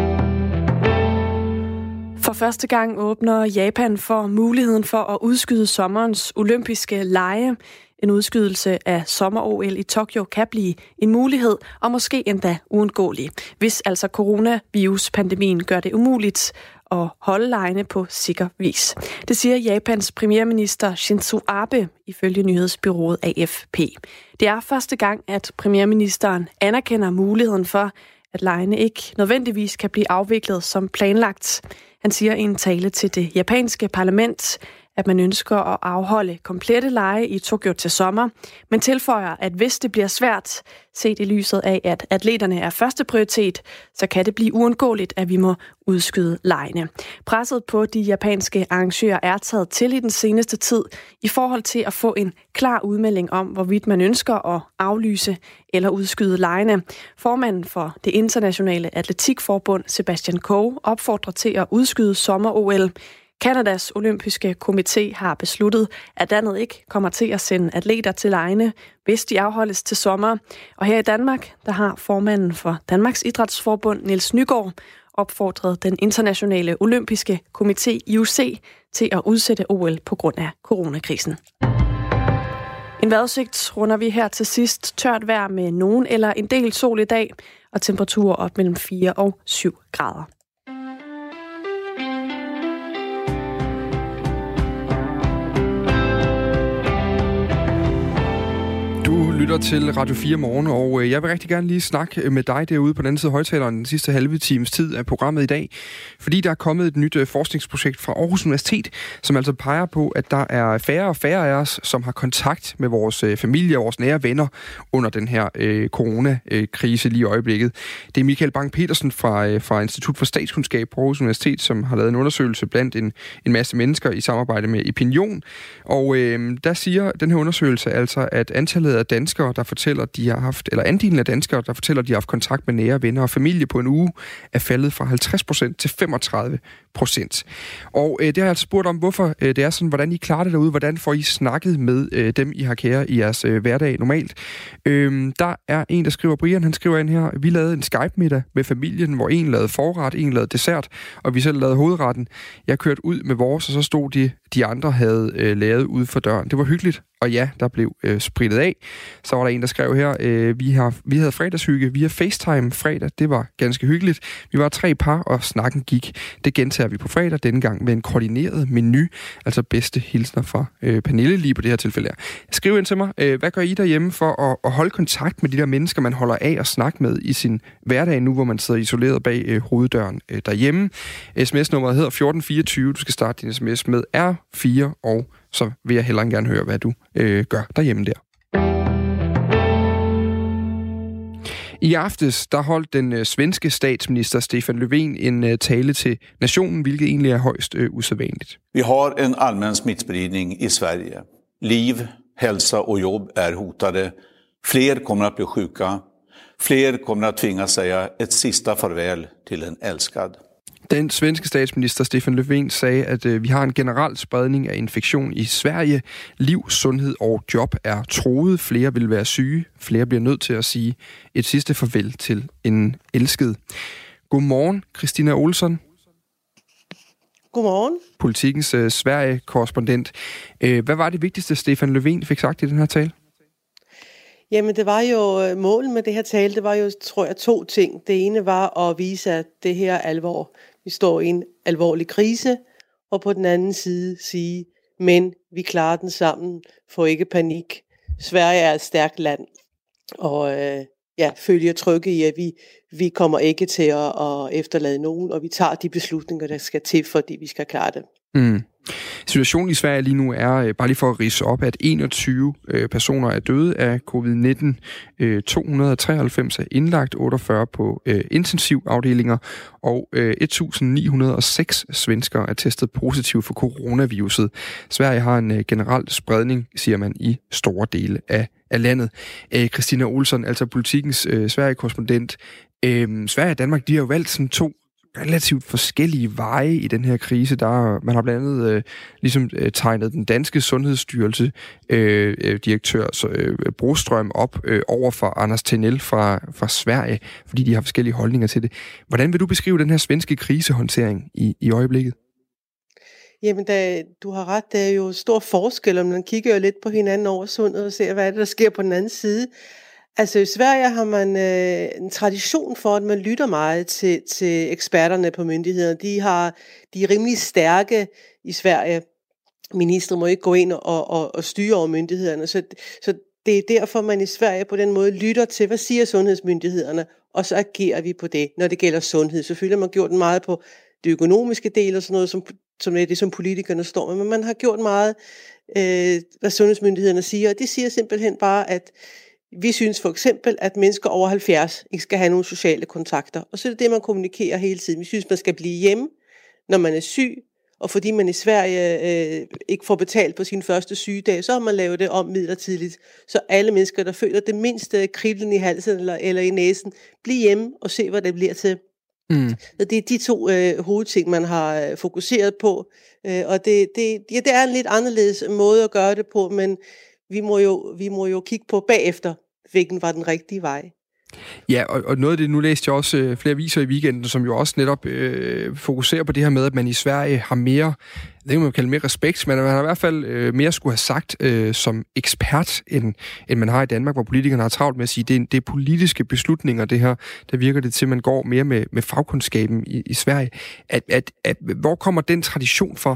For første gang åbner Japan for muligheden for at udskyde sommerens olympiske lege. En udskydelse af sommer-O L i Tokyo kan blive en mulighed, og måske endda uundgåelig, hvis altså coronavirus-pandemien gør det umuligt at holde legene på sikker vis. Det siger Japans premierminister Shinzo Abe ifølge nyhedsbyrået A F P. Det er første gang, at premierministeren anerkender muligheden for, at legene ikke nødvendigvis kan blive afviklet som planlagt. Han siger i en tale til det japanske parlament, at man ønsker at afholde komplette lege i Tokyo til sommer, men tilføjer, at hvis det bliver svært, set i lyset af, at atleterne er første prioritet, så kan det blive uundgåeligt, at vi må udskyde legene. Presset på de japanske arrangører er taget til i den seneste tid i forhold til at få en klar udmelding om, hvorvidt man ønsker at aflyse eller udskyde legene. Formanden for det internationale atletikforbund, Sebastian Coe, opfordrer til at udskyde sommer-O L. Kanadas olympiske komité har besluttet, at landet ikke kommer til at sende atleter til legene, hvis de afholdes til sommer. Og her i Danmark, der har formanden for Danmarks Idrætsforbund, Niels Nygaard, opfordret den internationale olympiske komité I O C til at udsætte O L på grund af coronakrisen. En vejrudsigt runder vi her til sidst. Tørt vejr med nogen eller en del sol i dag, og temperaturer op mellem fire og syv grader. Du lytter til Radio fire Morgen, og jeg vil rigtig gerne lige snakke med dig derude på den anden side af højtaleren den sidste halve times tid af programmet i dag, fordi der er kommet et nyt forskningsprojekt fra Aarhus Universitet, som altså peger på, at der er færre og færre af os, som har kontakt med vores familie og vores nære venner under den her øh, coronakrise lige i øjeblikket. Det er Michael Bang-Petersen fra, øh, fra Institut for Statskundskab på Aarhus Universitet, som har lavet en undersøgelse blandt en, en masse mennesker i samarbejde med Epinion, og øh, der siger den her undersøgelse altså, at antallet af danskere, der fortæller, de har haft, eller andelen af danskere, der fortæller, de har haft kontakt med nære venner og familie på en uge, er faldet fra halvtreds procent til femogtredive procent. Og øh, det har jeg altså spurgt om, hvorfor øh, det er sådan, hvordan I klarer det derude, hvordan får I snakket med øh, dem, I har kære i jeres øh, hverdag normalt. Øh, der er en, der skriver, Brian, han skriver ind her, vi lavede en Skype-middag med familien, hvor en lavede forret, en lavede dessert, og vi selv lavede hovedretten. Jeg kørte ud med vores, og så stod de, de andre havde øh, lavet ude for døren. Det var hyggeligt Og ja, der blev øh, spritet af. Så var der en, der skrev her, øh, vi, har, vi havde fredagshygge via FaceTime fredag. Det var ganske hyggeligt. Vi var tre par, og snakken gik. Det gentager vi på fredag, denne gang med en koordineret menu. Altså bedste hilsner fra øh, Pernille lige på det her tilfælde her. Skriv ind til mig, øh, hvad gør I derhjemme for at, at holde kontakt med de der mennesker, man holder af og snakke med i sin hverdag nu, hvor man sidder isoleret bag øh, hoveddøren øh, derhjemme. sms-nummeret hedder fjorten fireogtyve. Du skal starte din sms med R fire, og så vil jeg heller gerne høre, hvad du øh, gør derhjemme der. I aftes, der holdt den øh, svenske statsminister Stefan Löfven en øh, tale til nationen, hvilket egentlig er højst øh, usædvanligt. Vi har en allmän smittspridning i Sverige. Liv, hälsa och jobb är hotade. Fler kommer att bli sjuka. Fler kommer att tvingas säga ett sista farväl till en älskad. Den svenske statsminister Stefan Löfven sagde, at øh, vi har en generel spredning af infektion i Sverige. Liv, sundhed og job er truet. Flere vil være syge. Flere bliver nødt til at sige et sidste farvel til en elsket. Godmorgen, Christina Olsson. Godmorgen. Politikens øh, Sverige-korrespondent. Øh, hvad var det vigtigste, Stefan Löfven fik sagt i den her tale? Jamen, det var jo målet med det her tale, det var jo, tror jeg, to ting. Det ene var at vise, at det her er alvor. Vi står i en alvorlig krise, og på den anden side sige, men vi klarer den sammen, får ikke panik. Sverige er et stærkt land, og øh, ja, følger trygge i, at vi, vi kommer ikke til at, at efterlade nogen, og vi tager de beslutninger, der skal til, fordi vi skal klare det. Mm. Situationen i Sverige lige nu er, bare lige for at ridse op, at enogtyve øh, personer er døde af covid nitten, øh, to hundrede og treoghalvfems er indlagt, otteogfyrre på øh, intensivafdelinger, og øh, et tusind ni hundrede og seks svenskere er testet positiv for coronaviruset. Sverige har en øh, generel spredning, siger man, i store dele af, af landet. Øh, Christina Olsson, altså Politikens øh, Sverige-korrespondent. Øh, Sverige og Danmark, de har jo valgt sådan to relativt forskellige veje i den her krise. Der, man har blandt andet øh, ligesom øh, tegnet den danske sundhedsstyrelse øh, øh, direktør øh, Brostrøm op øh, over for Anders Tegnell fra, fra Sverige, fordi de har forskellige holdninger til det. Hvordan vil du beskrive den her svenske krisehåndtering i, i øjeblikket? Jamen, da, du har ret, der er jo stor forskel, og man kigger jo lidt på hinanden over sundet og ser, hvad er det, der sker på den anden side. Altså i Sverige har man øh, en tradition for, at man lytter meget til, til eksperterne på myndighederne. De, har, de er rimelig stærke i Sverige. Ministre må ikke gå ind og, og, og styre over myndighederne. Så, så det er derfor, man i Sverige på den måde lytter til, hvad siger sundhedsmyndighederne, og så agerer vi på det, når det gælder sundhed. Selvfølgelig har man gjort meget på det økonomiske del og sådan noget, som, som er det, som politikerne står med, men man har gjort meget, øh, hvad sundhedsmyndighederne siger, og det siger simpelthen bare, at vi synes for eksempel, at mennesker over halvfjerds ikke skal have nogle sociale kontakter. Og så er det det, man kommunikerer hele tiden. Vi synes, man skal blive hjemme, når man er syg. Og fordi man i Sverige øh, ikke får betalt på sin første sygedag, så har man lavet det om midlertidigt. Så alle mennesker, der føler det mindste kriblen i halsen eller, eller i næsen, bliver hjemme og se, hvad det bliver til. Mm. Så det er de to øh, hovedting, man har fokuseret på. Øh, og det, det, ja, det er en lidt anderledes måde at gøre det på, men Vi må, jo, vi må jo kigge på bagefter, hvilken var den rigtige vej. Ja, og, og noget af det, nu læste jeg også øh, flere aviser i weekenden, som jo også netop øh, fokuserer på det her med, at man i Sverige har mere, det kan man kalde mere respekt, men man har i hvert fald øh, mere skulle have sagt øh, som ekspert, end, end man har i Danmark, hvor politikerne har travlt med at sige, det er, det er politiske beslutninger, det her, der virker det til, at man går mere med, med fagkundskaben i, i Sverige. At, at, at, hvor kommer den tradition fra?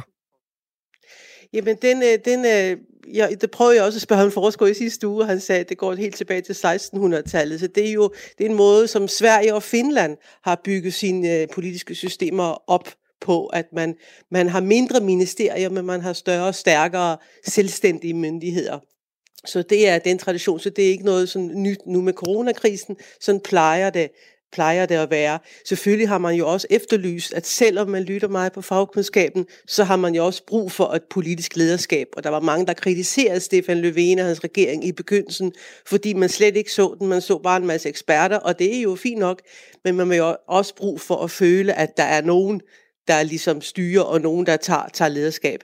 Jamen, den, den, ja, det prøvede jeg også at spørge en forsker i sidste uge, og han sagde, at det går helt tilbage til sekstenhundredetallet. Så det er jo det er en måde, som Sverige og Finland har bygget sine politiske systemer op på, at man, man har mindre ministerier, men man har større og stærkere selvstændige myndigheder. Så det er den tradition, så det er ikke noget sådan nyt nu med coronakrisen, sådan plejer det. plejer det at være. Selvfølgelig har man jo også efterlyst, at selvom man lytter meget på fagkundskaben, så har man jo også brug for et politisk lederskab. Og der var mange, der kritiserede Stefan Löfven og hans regering i begyndelsen, fordi man slet ikke så den. Man så bare en masse eksperter, og det er jo fint nok, men man har jo også brug for at føle, at der er nogen, der ligesom styrer, og nogen, der tager, tager lederskab.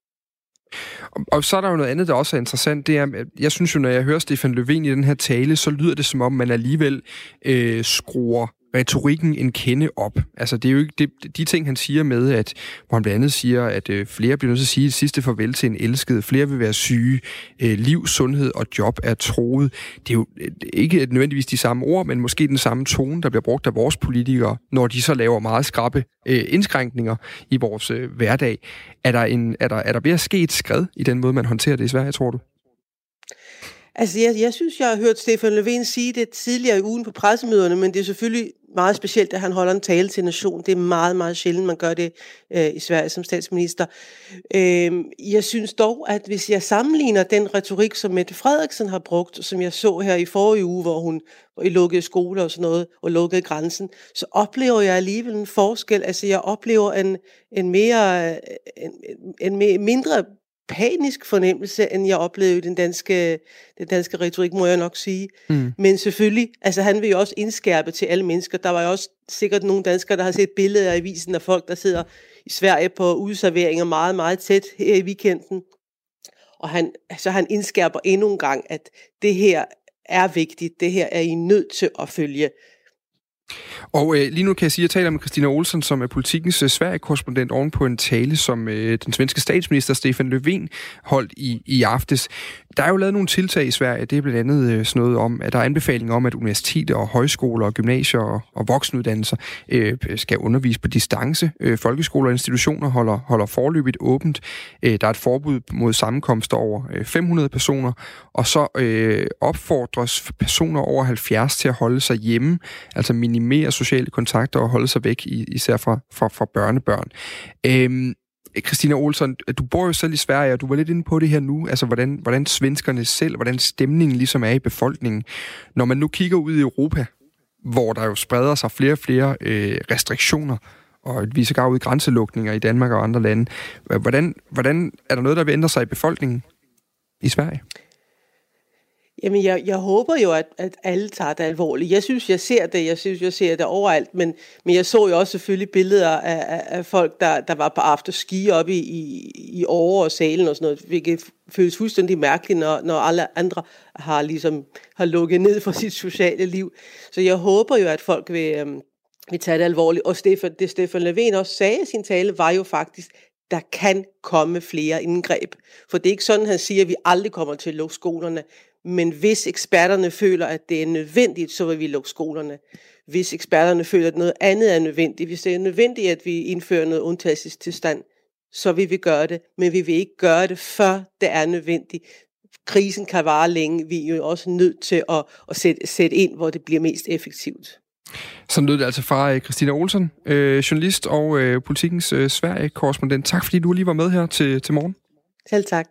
Og, og så er der jo noget andet, der også er interessant. Det er, jeg synes jo, når jeg hører Stefan Löfven i den her tale, så lyder det som om, man alligevel øh, skruer retorikken en kende op. Altså, det er jo ikke det, de ting, han siger med, at, hvor han blandt andet siger, at øh, flere bliver nødt til at sige et sidste farvel til en elsket, flere vil være syge, øh, liv, sundhed og job er troet. Det er jo øh, ikke nødvendigvis de samme ord, men måske den samme tone, der bliver brugt af vores politikere, når de så laver meget skrappe øh, indskrænkninger i vores øh, hverdag. Er der, en, er, der, er der ved at ske et skred i den måde, man håndterer det i Sverige, tror du? Altså, jeg, jeg synes, jeg har hørt Stefan Löfven sige det tidligere i ugen på pressemøderne, men det er selvfølgelig meget specielt, at han holder en tale til nationen. Det er meget, meget sjældent, man gør det øh, i Sverige som statsminister. Øh, jeg synes dog, at hvis jeg sammenligner den retorik, som Mette Frederiksen har brugt, som jeg så her i forrige uge, hvor hun hvor I lukkede skoler og sådan noget, og lukkede grænsen, så oplever jeg alligevel en forskel. Altså, jeg oplever en, en mere, en, en, en mindre panisk fornemmelse, end jeg oplevede i den danske, den danske retorik, må jeg nok sige. Mm. Men selvfølgelig, altså han vil jo også indskærpe til alle mennesker. Der var jo også sikkert nogle danskere, der har set billeder af avisen af folk, der sidder i Sverige på udserveringer meget, meget tæt her i weekenden. Og han, så han indskærper endnu en gang, at det her er vigtigt. Det her er I nødt til at følge. Og øh, lige nu kan jeg sige, at jeg taler med Christina Olsson, som er Politikens øh, Sverige-korrespondent oven på en tale, som øh, den svenske statsminister Stefan Löfven holdt i, i aftes. Der er jo lavet nogle tiltag i Sverige. Det er blandt andet øh, sådan noget om, at der er anbefalinger om, at universiteter og højskoler og gymnasier og, og voksenuddannelser øh, skal undervise på distance. Øh, folkeskoler og institutioner holder, holder forløbigt åbent. Øh, der er et forbud mod sammenkomster over øh, fem hundrede personer. Og så øh, opfordres personer over halvfjerds til at holde sig hjemme, altså minimere sociale kontakter og holde sig væk, især fra, fra, fra børnebørn. Øhm, Christina Olsson, du bor jo selv i Sverige, og du var lidt inde på det her nu, altså hvordan, hvordan svenskerne selv, hvordan stemningen ligesom er i befolkningen. Når man nu kigger ud i Europa, hvor der jo spreder sig flere og flere øh, restriktioner, og vi så går ud i grænselukninger i Danmark og andre lande, hvordan, hvordan er der noget, der vil ændre sig i befolkningen i Sverige? Jamen, jeg, jeg håber jo, at, at alle tager det alvorligt. Jeg synes, jeg ser det. Jeg synes, jeg ser det overalt. Men, men jeg så jo også selvfølgelig billeder af, af, af folk, der, der var på afterski oppe i, i, i Åre og Salen og sådan noget, hvilket føles fuldstændig mærkeligt, når, når alle andre har, ligesom, har lukket ned for sit sociale liv. Så jeg håber jo, at folk vil, øhm, vil tage det alvorligt. Og Stefan, det Stefan Löfven også sagde i sin tale, var jo faktisk, der kan komme flere indgreb. For det er ikke sådan, han siger, at vi aldrig kommer til at lukke skolerne. Men hvis eksperterne føler, at det er nødvendigt, så vil vi lukke skolerne. Hvis eksperterne føler, at noget andet er nødvendigt, hvis det er nødvendigt, at vi indfører noget undtagelsestilstand, så vil vi gøre det. Men vi vil ikke gøre det, før det er nødvendigt. Krisen kan vare længe. Vi er jo også nødt til at, at sætte, sætte ind, hvor det bliver mest effektivt. Sådan lød det altså fra Christina Olsson, øh, journalist og øh, Politikens øh, Sverige-korrespondent. Tak fordi du lige var med her til, til morgen. Selv tak.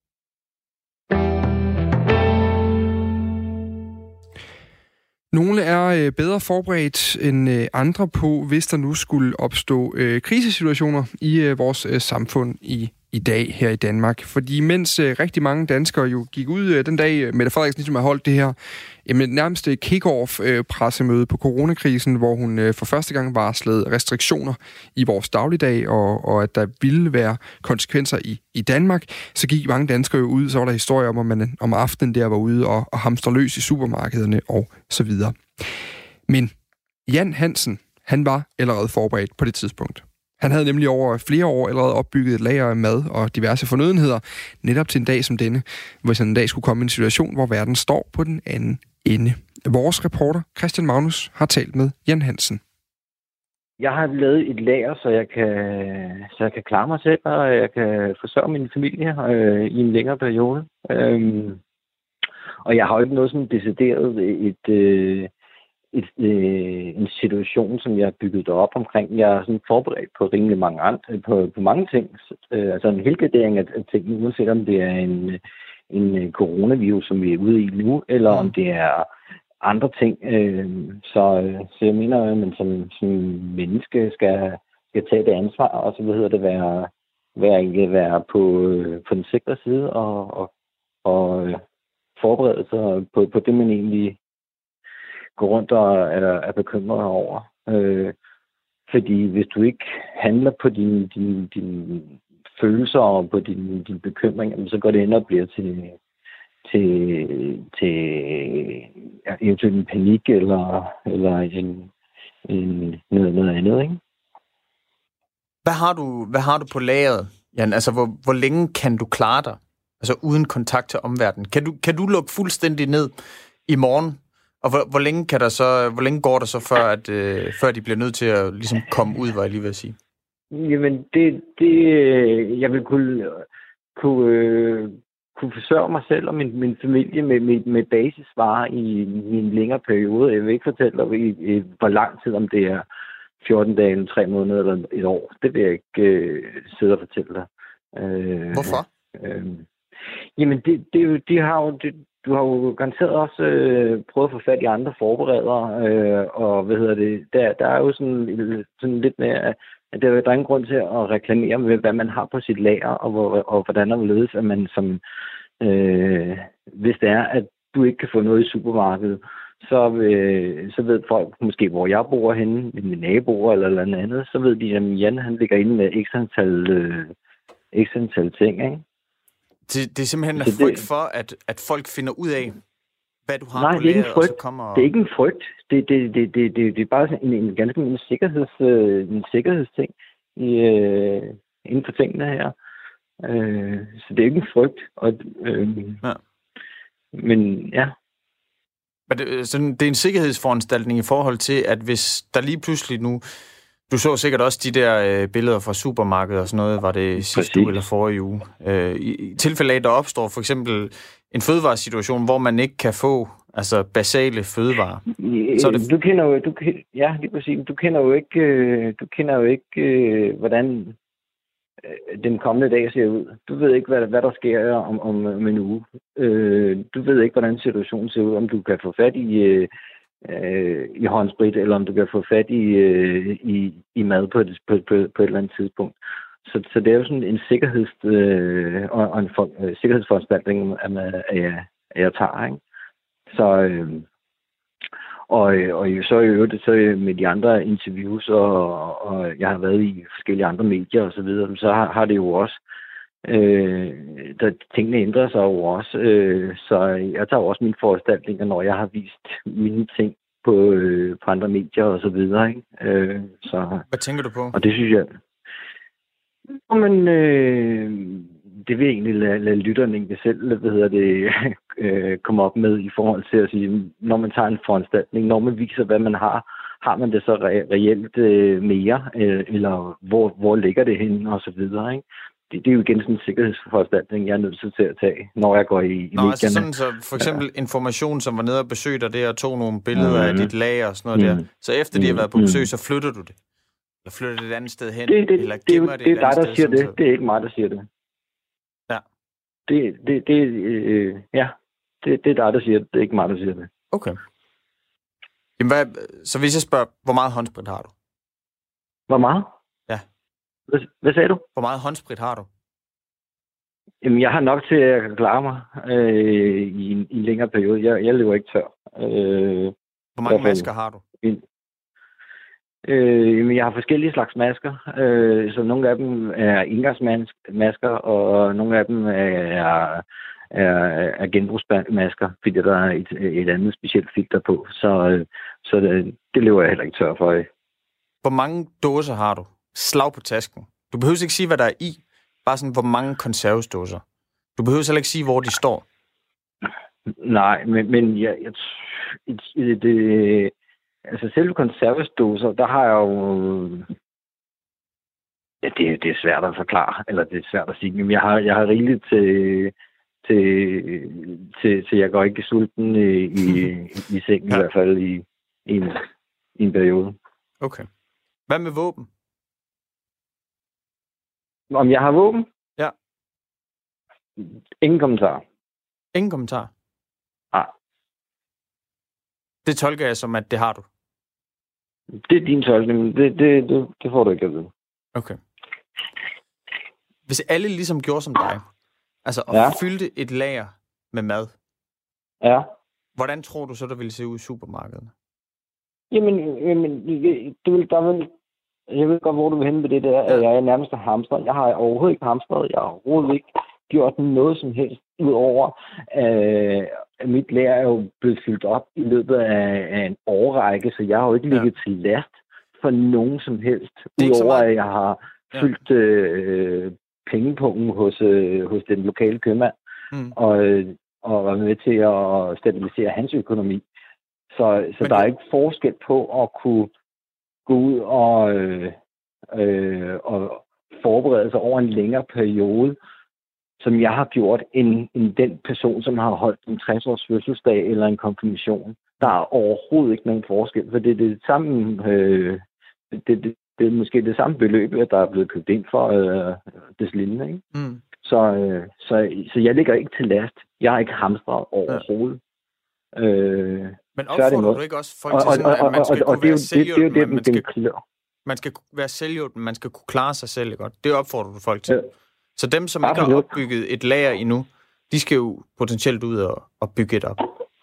Nogle er bedre forberedt end andre på, hvis der nu skulle opstå øh, krisesituationer i øh, vores øh, samfund i, i dag her i Danmark. Fordi mens øh, rigtig mange danskere jo gik ud øh, den dag, Mette Frederiksen ligesom har holdt det her jamen, nærmest kick-off-pressemøde øh, på coronakrisen, hvor hun øh, for første gang varslede restriktioner i vores dagligdag, og, og at der ville være konsekvenser i, i Danmark, så gik mange danskere jo ud, så var der historier om, at man om aftenen der var ude og, og hamstre løs i supermarkederne og så videre. Men Jan Hansen, han var allerede forberedt på det tidspunkt. Han havde nemlig over flere år allerede opbygget et lager af mad og diverse fornødenheder, netop til en dag som denne, hvor sådan en dag skulle komme en situation, hvor verden står på den anden ende. Vores reporter Christian Magnus har talt med Jan Hansen. Jeg har lavet et lager, så jeg kan, så jeg kan klare mig selv, og jeg kan forsørge min familie øh, i en længere periode. Øhm, og jeg har jo ikke noget sådan decideret et... Øh, Et, øh, en situation, som jeg har bygget op omkring. Jeg er sådan forberedt på rimelig mange andre, på, på mange ting. Øh, altså en helgardering af, af tingene, uanset om det er en, en coronavirus, som vi er ude i nu, eller om det er andre ting. Øh, så, så jeg mener, at man som, som menneske skal, skal tage det ansvar, og så hedder det være, være, være på, på den sikre side, og, og, og forberede sig på, på det, man egentlig går rundt og er, er bekymret over. Øh, fordi hvis du ikke handler på dine din, din følelser og på dine din bekymringer, så går det hen og bliver til, til, til ja, eventuelt en panik eller, eller en, end noget, noget andet, ikke? Hvad har du, hvad har du på lageret, Jan? Altså, hvor, hvor længe kan du klare dig? Altså, uden kontakt til omverdenen. Kan du, kan du lukke fuldstændig ned i morgen? Og hvor, hvor længe kan der så, hvor længe går der så, før, at, øh, før de bliver nødt til at ligesom komme ud, var jeg lige ved at sige? Jamen, det, det jeg vil kunne, kunne, øh, kunne forsørge mig selv og min, min familie med, med, med basisvarer i, i en længere periode. Jeg vil ikke fortælle dig, i, i, hvor lang tid, om det er fjorten dage, eller tre måneder eller et år. Det vil jeg ikke øh, sidde og fortælle dig. Øh, Hvorfor? Øh, jamen, det, det, de har jo... Det, du har jo garanteret også øh, prøvet at få fat i andre forberedere, øh, og hvad hedder det, der, der er jo sådan, sådan lidt mere, at der, der er ingen grund til at reklamere med, hvad man har på sit lager, og, hvor, og hvordan der vil ledes, at man som, øh, hvis det er, at du ikke kan få noget i supermarkedet, så, øh, så ved folk måske, hvor jeg bor henne, med mine naboer eller noget andet, så ved de, at Jan, han ligger inde med ekstra antal, øh, ekstra antal ting, ikke? Det, det er simpelthen en frygt for, at, at folk finder ud af, hvad du har Nej, på det er lageret, ikke en frygt. og så kommer... Det er ikke en frygt. Det, det, det, det, det, det er bare en, en ganske en, sikkerheds, en sikkerhedsting i, øh, inden for tingene her. Øh, så det er ikke en frygt. Og, øh, ja. Men ja. Men det, så det er en sikkerhedsforanstaltning i forhold til, at hvis der lige pludselig nu... Du så sikkert også de der øh, billeder fra supermarkedet og sådan noget, var det sidste Præcis. uge eller forrige uge. Øh, i, I tilfælde af, der opstår for eksempel en fødevaresituation, hvor man ikke kan få altså basale fødevarer. Så det... Du kender jo, du, ja, lige præcis. Du kender jo ikke, øh, du kender jo ikke, øh, hvordan øh, den kommende dag ser ud. Du ved ikke, hvad, hvad der sker om, om, om en uge. Øh, du ved ikke, hvordan situationen ser ud, om du kan få fat i... Øh, i håndsprit, eller om du kan få fat i, i, i mad på et, på, på, på et eller andet tidspunkt. Så, så det er jo sådan en sikkerheds, øh, og, og en for, øh, sikkerhedsforanstaltning, at, man, at, jeg, at jeg tager. Ikke? Så, øh, og, og så i øvrigt så med de andre interviews, og, og jeg har været i forskellige andre medier og så videre, så har, har det jo også Øh, der, tingene ændrer sig jo også, øh, så jeg tager også mine foranstaltninger, når jeg har vist mine ting på, øh, på andre medier og så videre, ikke? Øh, så, hvad tænker du på? Og det synes jeg... Men, øh, det vil jeg egentlig lade, lade lytterne ikke selv, hvad hedder det, øh, komme op med i forhold til at sige, når man tager en foranstaltning, når man viser, hvad man har, har man det så re- reelt øh, mere, øh, eller hvor, hvor ligger det henne og så videre, ikke? Det, det er jo igen sådan en sikkerhedsforanstaltning, jeg er nødt til at tage, når jeg går i, i Nå, medierne. Altså sådan, så for eksempel ja. information, som var nede og besøgte dig der, og tog nogle billeder mm. af dit lager og sådan noget mm. der. Så efter de har været på besøg, så flytter du det? Eller flytter det et andet sted hen? Det, det, eller det, gemmer det, det, det, det er dig, der sted, siger det. så... Det er ikke mig, der siger det. Ja. Det, det, det, øh, ja. det, det er dig, der siger det. Det er ikke mig, der siger det. Okay. Jamen, hvad, så hvis jeg spørger, hvor meget håndsprit har du? Hvor meget? Ja. Hvad, hvad sagde du? Hvor meget håndsprit har du? Jamen, jeg har nok til at klare mig øh, i, en, i en længere periode. Jeg, jeg lever ikke tør. Øh, Hvor mange masker har du? En, øh, jamen, jeg har forskellige slags masker. Øh, så nogle af dem er engangsmasker, og nogle af dem er, er, er genbrugsmasker, fordi der er et, et andet specielt filter på. Så, så det, det lever jeg heller ikke tør for. Hvor mange dåser har du? Slag på tasken. Du behøver ikke sige, hvad der er i. Bare sådan, hvor mange konservesdåser. Du behøver heller ikke sige, hvor de står. Nej, men, men jeg, jeg, det, det, altså selve konservesdåser, der har jeg jo... Ja, det, det er svært at forklare, eller det er svært at sige, men jeg har, jeg har rigeligt til, til, til, til jeg går ikke sulten i, i, i sengen, ja. I hvert fald i, i, en, i en periode. Okay. Hvad med våben? Om jeg har våben? Ja. Ingen kommentar. Ingen kommentar? Nej. Det tolker jeg som, at det har du. Det er din tolkning, det, det, det, det får du ikke at vide. Okay. Hvis alle ligesom gjorde som dig, altså og ja. fyldte et lager med mad, ja. Hvordan tror du så, der ville se ud i supermarkederne? Jamen, jamen det vil der vil... Jeg ved godt, hvor du vil hen med det der. Ja. Jeg er nærmest hamster. Jeg har overhovedet ikke hamstret. Jeg har overhovedet ikke gjort noget som helst, udover øh, mit lager er jo blevet fyldt op i løbet af, af en årrække, så jeg har jo ikke ligget ja. til last for nogen som helst. Udover at jeg har ja. fyldt øh, pengepungen hos, øh, hos den lokale købmand, mm. og, og var med til at stabilisere hans økonomi. Så, så der det... er ikke forskel på at kunne gå ud og, øh, øh, og forberede sig over en længere periode, som jeg har gjort, end, end den person, som har holdt en tres-års fødselsdag eller en konfirmation. Der er overhovedet ikke nogen forskel, for det er det samme, øh, det, det, det er måske det samme beløb, der er blevet købt ind for øh, des lignende. Ikke? Mm. Så, øh, så, så jeg ligger ikke til last. Jeg har ikke hamstret overhovedet. Ja. Øh, Men opfordrer du ikke også folk til sådan, at man skal kunne være selvhjulpen, man skal, man skal være selvhjulpen, man skal kunne klare sig selv, godt? Det opfordrer du folk til. Ja. Så dem, som ikke har opbygget et lager endnu, de skal jo potentielt ud og, og bygge et op.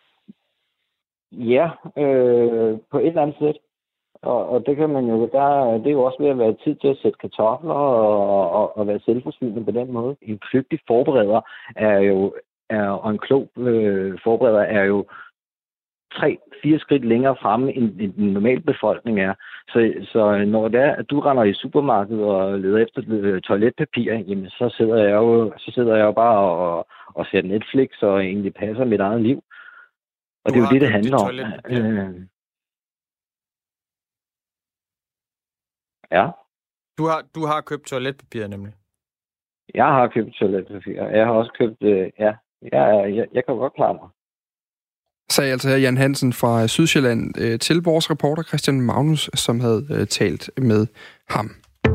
Ja, øh, på et eller andet sæt. Og, og det kan man jo, der, det er jo også ved at være tid til at sætte kartofler og, og, og være selvforsynende på den måde. En kløgtig forbereder er jo, er, og en klog øh, forbereder er jo tre, fire skridt længere fremme, end, end den normale befolkning er. Så, så når det er, at du render i supermarkedet og leder efter toiletpapir, jamen så sidder jeg jo, så sidder jeg jo bare og, og ser Netflix og egentlig passer mit eget liv. Og du det er jo det, det handler om. Øh, ja. Du har, du har købt toiletpapir, nemlig? Jeg har købt toiletpapir. Jeg har også købt, øh, ja, jeg, jeg, jeg kan godt klare mig. Sagde altså her Jan Hansen fra Sydsjælland øh, til vores reporter Christian Magnus, som havde øh, talt med ham.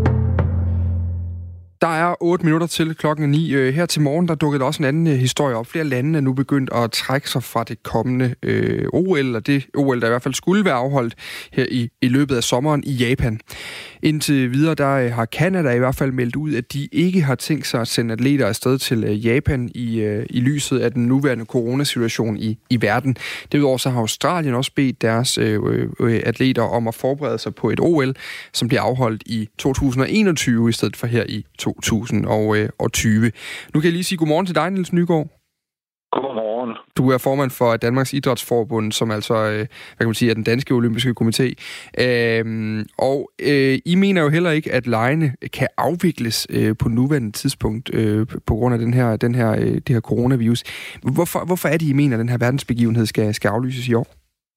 Der er otte minutter til klokken ni. Her til morgen, der dukkede også en anden historie op. Flere lande er nu begyndt at trække sig fra det kommende øh, O L, og det O L, der i hvert fald skulle være afholdt her i, i løbet af sommeren i Japan. Indtil videre, der har Canada i hvert fald meldt ud, at de ikke har tænkt sig at sende atleter afsted til Japan i, øh, i lyset af den nuværende coronasituation i, i verden. Derudover så har Australien også bedt deres øh, øh, atleter om at forberede sig på et O L, som bliver afholdt i to tusind og enogtyve i stedet for her i to tusind og tyve. Nu kan jeg lige sige godmorgen til dig, Niels Nygaard. Godmorgen. Du er formand for Danmarks Idrætsforbund, som altså, hvad kan man sige, er den danske olympiske komité. Øhm, og øh, I mener jo heller ikke, at legene kan afvikles øh, på nuværende tidspunkt øh, på grund af den her, den her, øh, det her coronavirus. Hvorfor, hvorfor er det, I mener, at den her verdensbegivenhed skal, skal aflyses i år?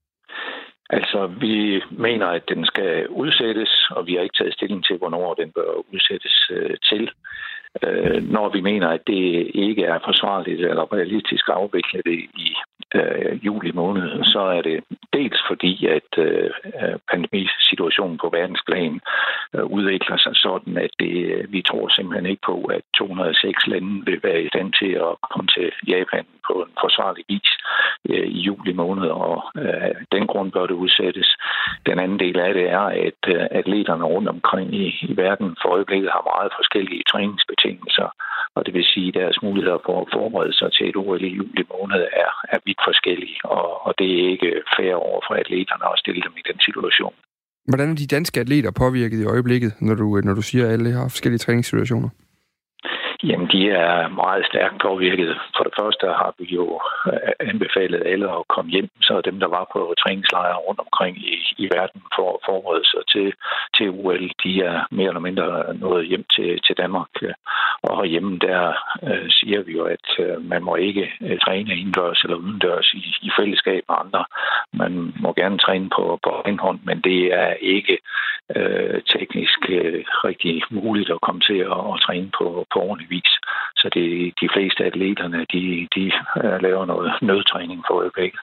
Altså, vi mener, at den skal udsættes, og vi har ikke taget stilling til, hvornår den bør udsættes øh, til. Øh, når vi mener, at det ikke er forsvarligt eller realistisk at afvikle det i øh, juli måned, så er det dels fordi, at øh, pandemisituationen på verdensplan øh, udvikler sig sådan, at det, vi tror simpelthen ikke på, at to hundrede og seks lande vil være i stand til at komme til Japan på en forsvarlig vis øh, i juli måned, og øh, den grund bør det udsættes. Den anden del af det er, at øh, atleterne rundt omkring i, i verden for øjeblikket har meget forskellige træningsbetingelser, og det vil sige, at deres muligheder for at forberede sig til et O L i juli måned er, er vidt forskellige, og, og det er ikke fair over for atleterne at stille dem i den situation. Hvordan er de danske atleter påvirket i øjeblikket, når du, når du siger, at alle har forskellige træningssituationer? Jamen, de er meget stærkt påvirket. For det første har vi jo anbefalet alle at komme hjem, så dem, der var på træningslejre rundt omkring i, i verden for at forberede sig til, til O L, de er mere eller mindre nået hjem til, til Danmark. Og herhjemme, der øh, siger vi jo, at øh, man må ikke øh, træne indendørs eller udendørs i, i fællesskab med andre. Man må gerne træne på, på egen hånd, men det er ikke øh, teknisk øh, rigtig muligt at komme til at, at træne på, på ordentlig vis. Så det, de fleste atleterne, de, de laver noget nødtræning for øjeblikket.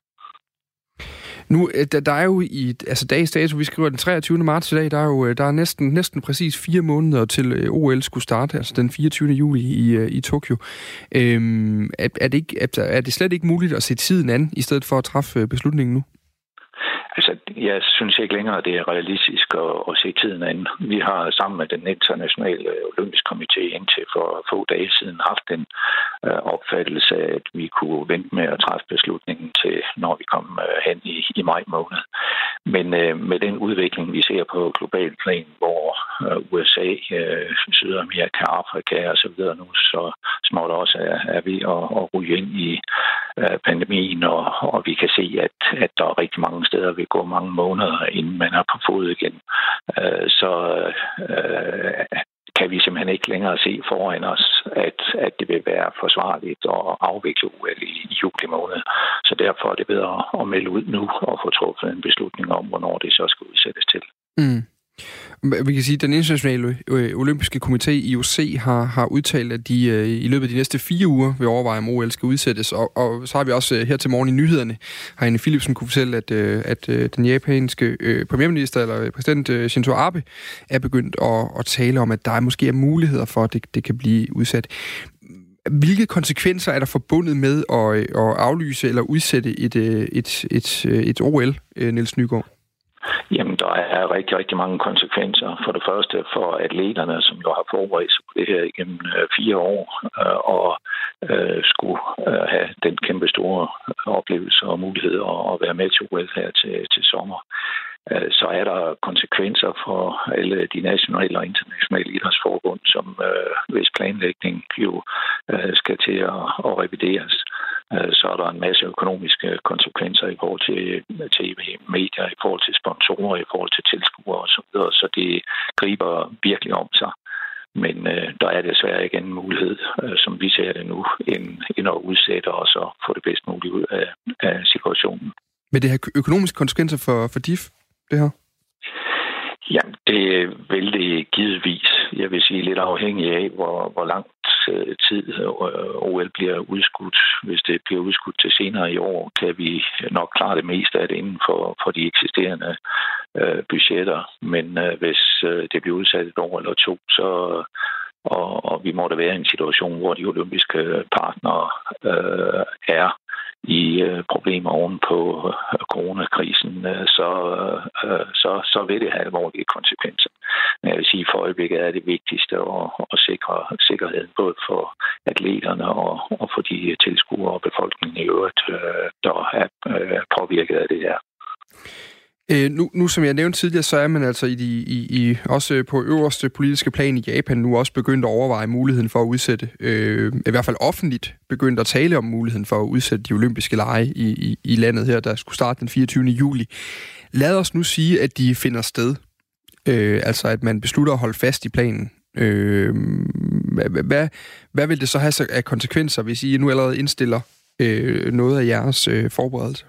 Nu, der, der er jo i, altså dags dato, vi skriver den treogtyvende marts i dag, der er jo der er næsten, næsten præcis fire måneder til O L skulle starte, altså den fireogtyvende juli i, i Tokyo. Øhm, er, er, det ikke, er det slet ikke muligt at se tiden an, i stedet for at træffe beslutningen nu? Altså, jeg synes ikke længere, at det er realistisk at, at se tiden an. Vi har sammen med den internationale olympiske komité indtil for få dage siden haft en uh, opfattelse af, at vi kunne vente med at træffe beslutningen til, når vi kom uh, hen i, i maj måned. Men uh, med den udvikling, vi ser på global plan, hvor uh, U S A, uh, Sydamerika, Afrika og så videre nu, så småt også er, er vi at, at ryge ind i øh, pandemien, og, og vi kan se, at, at der er rigtig mange steder, vil gå mange måneder, inden man er på fod igen. Øh, så øh, kan vi simpelthen ikke længere se foran os, at, at det vil være forsvarligt at afvikle O L i, i juli måned. Så derfor er det bedre at melde ud nu og få truffet en beslutning om, hvornår det så skal udsættes til. Mm. Vi kan sige, at den internationale olympiske komité, I O C, har, har udtalt, at de øh, i løbet af de næste fire uger vil overveje, om O L skal udsættes. Og, og så har vi også øh, her til morgen i nyhederne, har Anne Philipsen kunne fortælle, at, øh, at øh, den japanske øh, premierminister, eller præsident øh, Shinzo Abe, er begyndt at, at tale om, at der måske er muligheder for, at det, det kan blive udsat. Hvilke konsekvenser er der forbundet med at, at aflyse eller udsætte et, et, et, et, et O L, Niels Nygaard? Jamen, der er rigtig, rigtig mange konsekvenser. For det første for atleterne, som jo har forberedt sig på det her igennem fire år, øh, og øh, skulle øh, have den kæmpe store oplevelse og mulighed at, at være med til O L her til, til sommer. Øh, så er der konsekvenser for alle de nationale og internationale idrætsforbund, som øh, hvis planlægning jo øh, skal til at, at revideres. Så er der en masse økonomiske konsekvenser i forhold til T V-medier, i forhold til sponsorer, i forhold til tilskuere osv., så det griber virkelig om sig. Men øh, der er desværre ikke en mulighed, øh, som vi ser det nu, end, end at udsætte og så få det bedst muligt ud af, af situationen. Men det har økonomiske konsekvenser for, for D I F, det her? Jamen, det vil det givetvis. Jeg vil sige lidt afhængig af, hvor, hvor lang tid O L bliver udskudt. Hvis det bliver udskudt til senere i år, kan vi nok klare det meste af det inden for, for de eksisterende øh, budgetter. Men øh, hvis øh, det bliver udsat et år eller to, så og, og vi må da være i en situation, hvor de olympiske partnere øh, er i øh, problemer oven på øh, coronakrisen, øh, så, øh, så, så vil det have alvorlige konsekvenser. Men jeg vil sige, for øjeblikket er det vigtigste at, at sikre sikkerheden både for atleterne og, og for de tilskuere og befolkningen i øvrigt, øh, der er øh, påvirket af det her. Øh, nu, nu, som jeg nævnte tidligere, så er man altså i, de, i, i også på øverste politiske plan i Japan nu også begyndt at overveje muligheden for at udsætte, øh, i hvert fald offentligt begyndt at tale om muligheden for at udsætte de olympiske lege i, i, i landet her, der skulle starte den fireogtyvende juli. Lad os nu sige, at de finder sted. Øh, altså, at man beslutter at holde fast i planen. Øh, hvad, hvad, hvad vil det så have af konsekvenser, hvis I nu allerede indstiller øh, noget af jeres øh, forberedelse?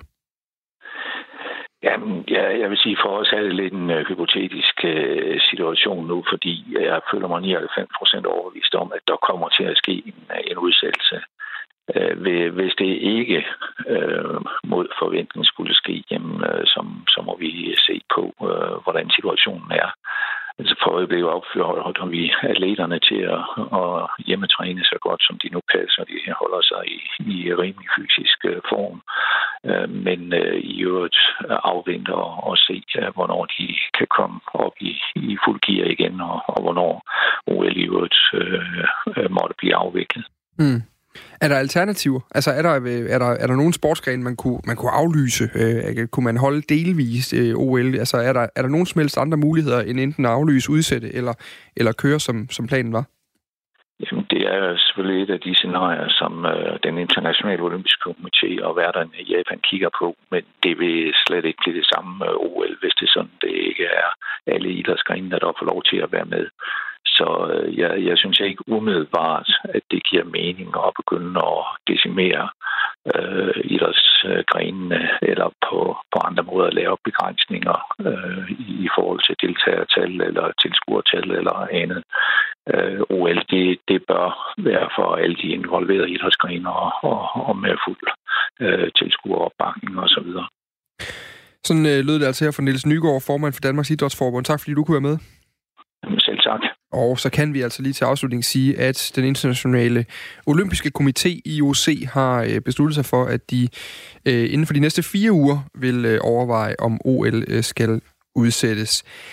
Jamen, ja, jeg vil sige, for os er det lidt en uh, hypotetisk uh, situation nu, fordi jeg føler mig nioghalvfems procent overbevist om, at der kommer til at ske en, en udsættelse. Uh, hvis det ikke uh, mod forventning skulle ske, jamen, uh, så, så må vi se på, uh, hvordan situationen er. Altså for øjeblikket opfordrer vi atleterne til at, at hjemmetræne så godt, som de nu kan, så de holder sig i, i rimelig fysisk form. Men i øvrigt afventer og se, hvornår de kan komme op i, i fuld gear igen, og, og hvornår O L i øvrigt øh, måtte blive afviklet. Mm. Er der alternativer? Altså er der, er der, er der nogen sportsgren, man kunne, man kunne aflyse? Øh, kunne man holde delvist øh, O L? Altså er der, er der nogen som helst andre muligheder, end enten at aflyse, udsætte eller, eller køre, som, som planen var? Jamen, det er selvfølgelig et af de scenarier, som øh, den internationale olympiske komité og værterne i Japan kigger på, men det vil slet ikke blive det samme med O L, hvis det er sådan, det ikke er alle idrætsgrene, der får lov til at være med. Så øh, jeg, jeg synes ikke umiddelbart, at det giver mening at begynde at decimere øh, idrætsgrenene eller på, på andre måder at lave begrænsninger øh, i forhold til deltagertal eller tilskuertal eller andet. Øh, O L, det, det bør være for alle de involverede idrætsgrene og, og, og med fuld øh, tilskueropbakning og så videre. Sådan øh, lød det altså her fra Niels Nygaard, formand for Danmarks Idrætsforbund. Tak fordi du kunne være med. Jamen, selv tak. Og så kan vi altså lige til afslutning sige, at den internationale olympiske komité, I O C, har besluttet sig for, at de øh, inden for de næste fire uger vil øh, overveje, om O L øh, skal udsættes.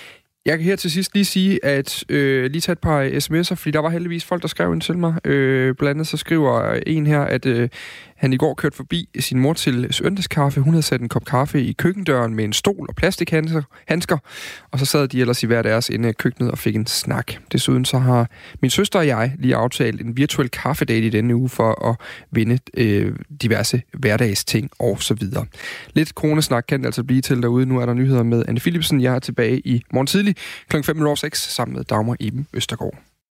Jeg kan her til sidst lige sige, at øh, lige tage et par sms'er, fordi der var heldigvis folk, der skrev ind til mig. Øh, blandt andet så skriver en her, at øh, han i går kørte forbi sin mor til søndagskaffe. Hun havde sat en kop kaffe i køkkendøren med en stol og plastikhandsker, og så sad de ellers i hver deres ende af køkkenet og fik en snak. Desuden så har min søster og jeg lige aftalt en virtuel kaffedate i denne uge for at vinde øh, diverse hverdagsting og så videre. Lidt coronasnak kan det altså blive til derude. Nu er der nyheder med Anne Philipsen. Jeg er tilbage i morgen tidlig klokken fem over seks sammen med Dagmar Iben Østergaard.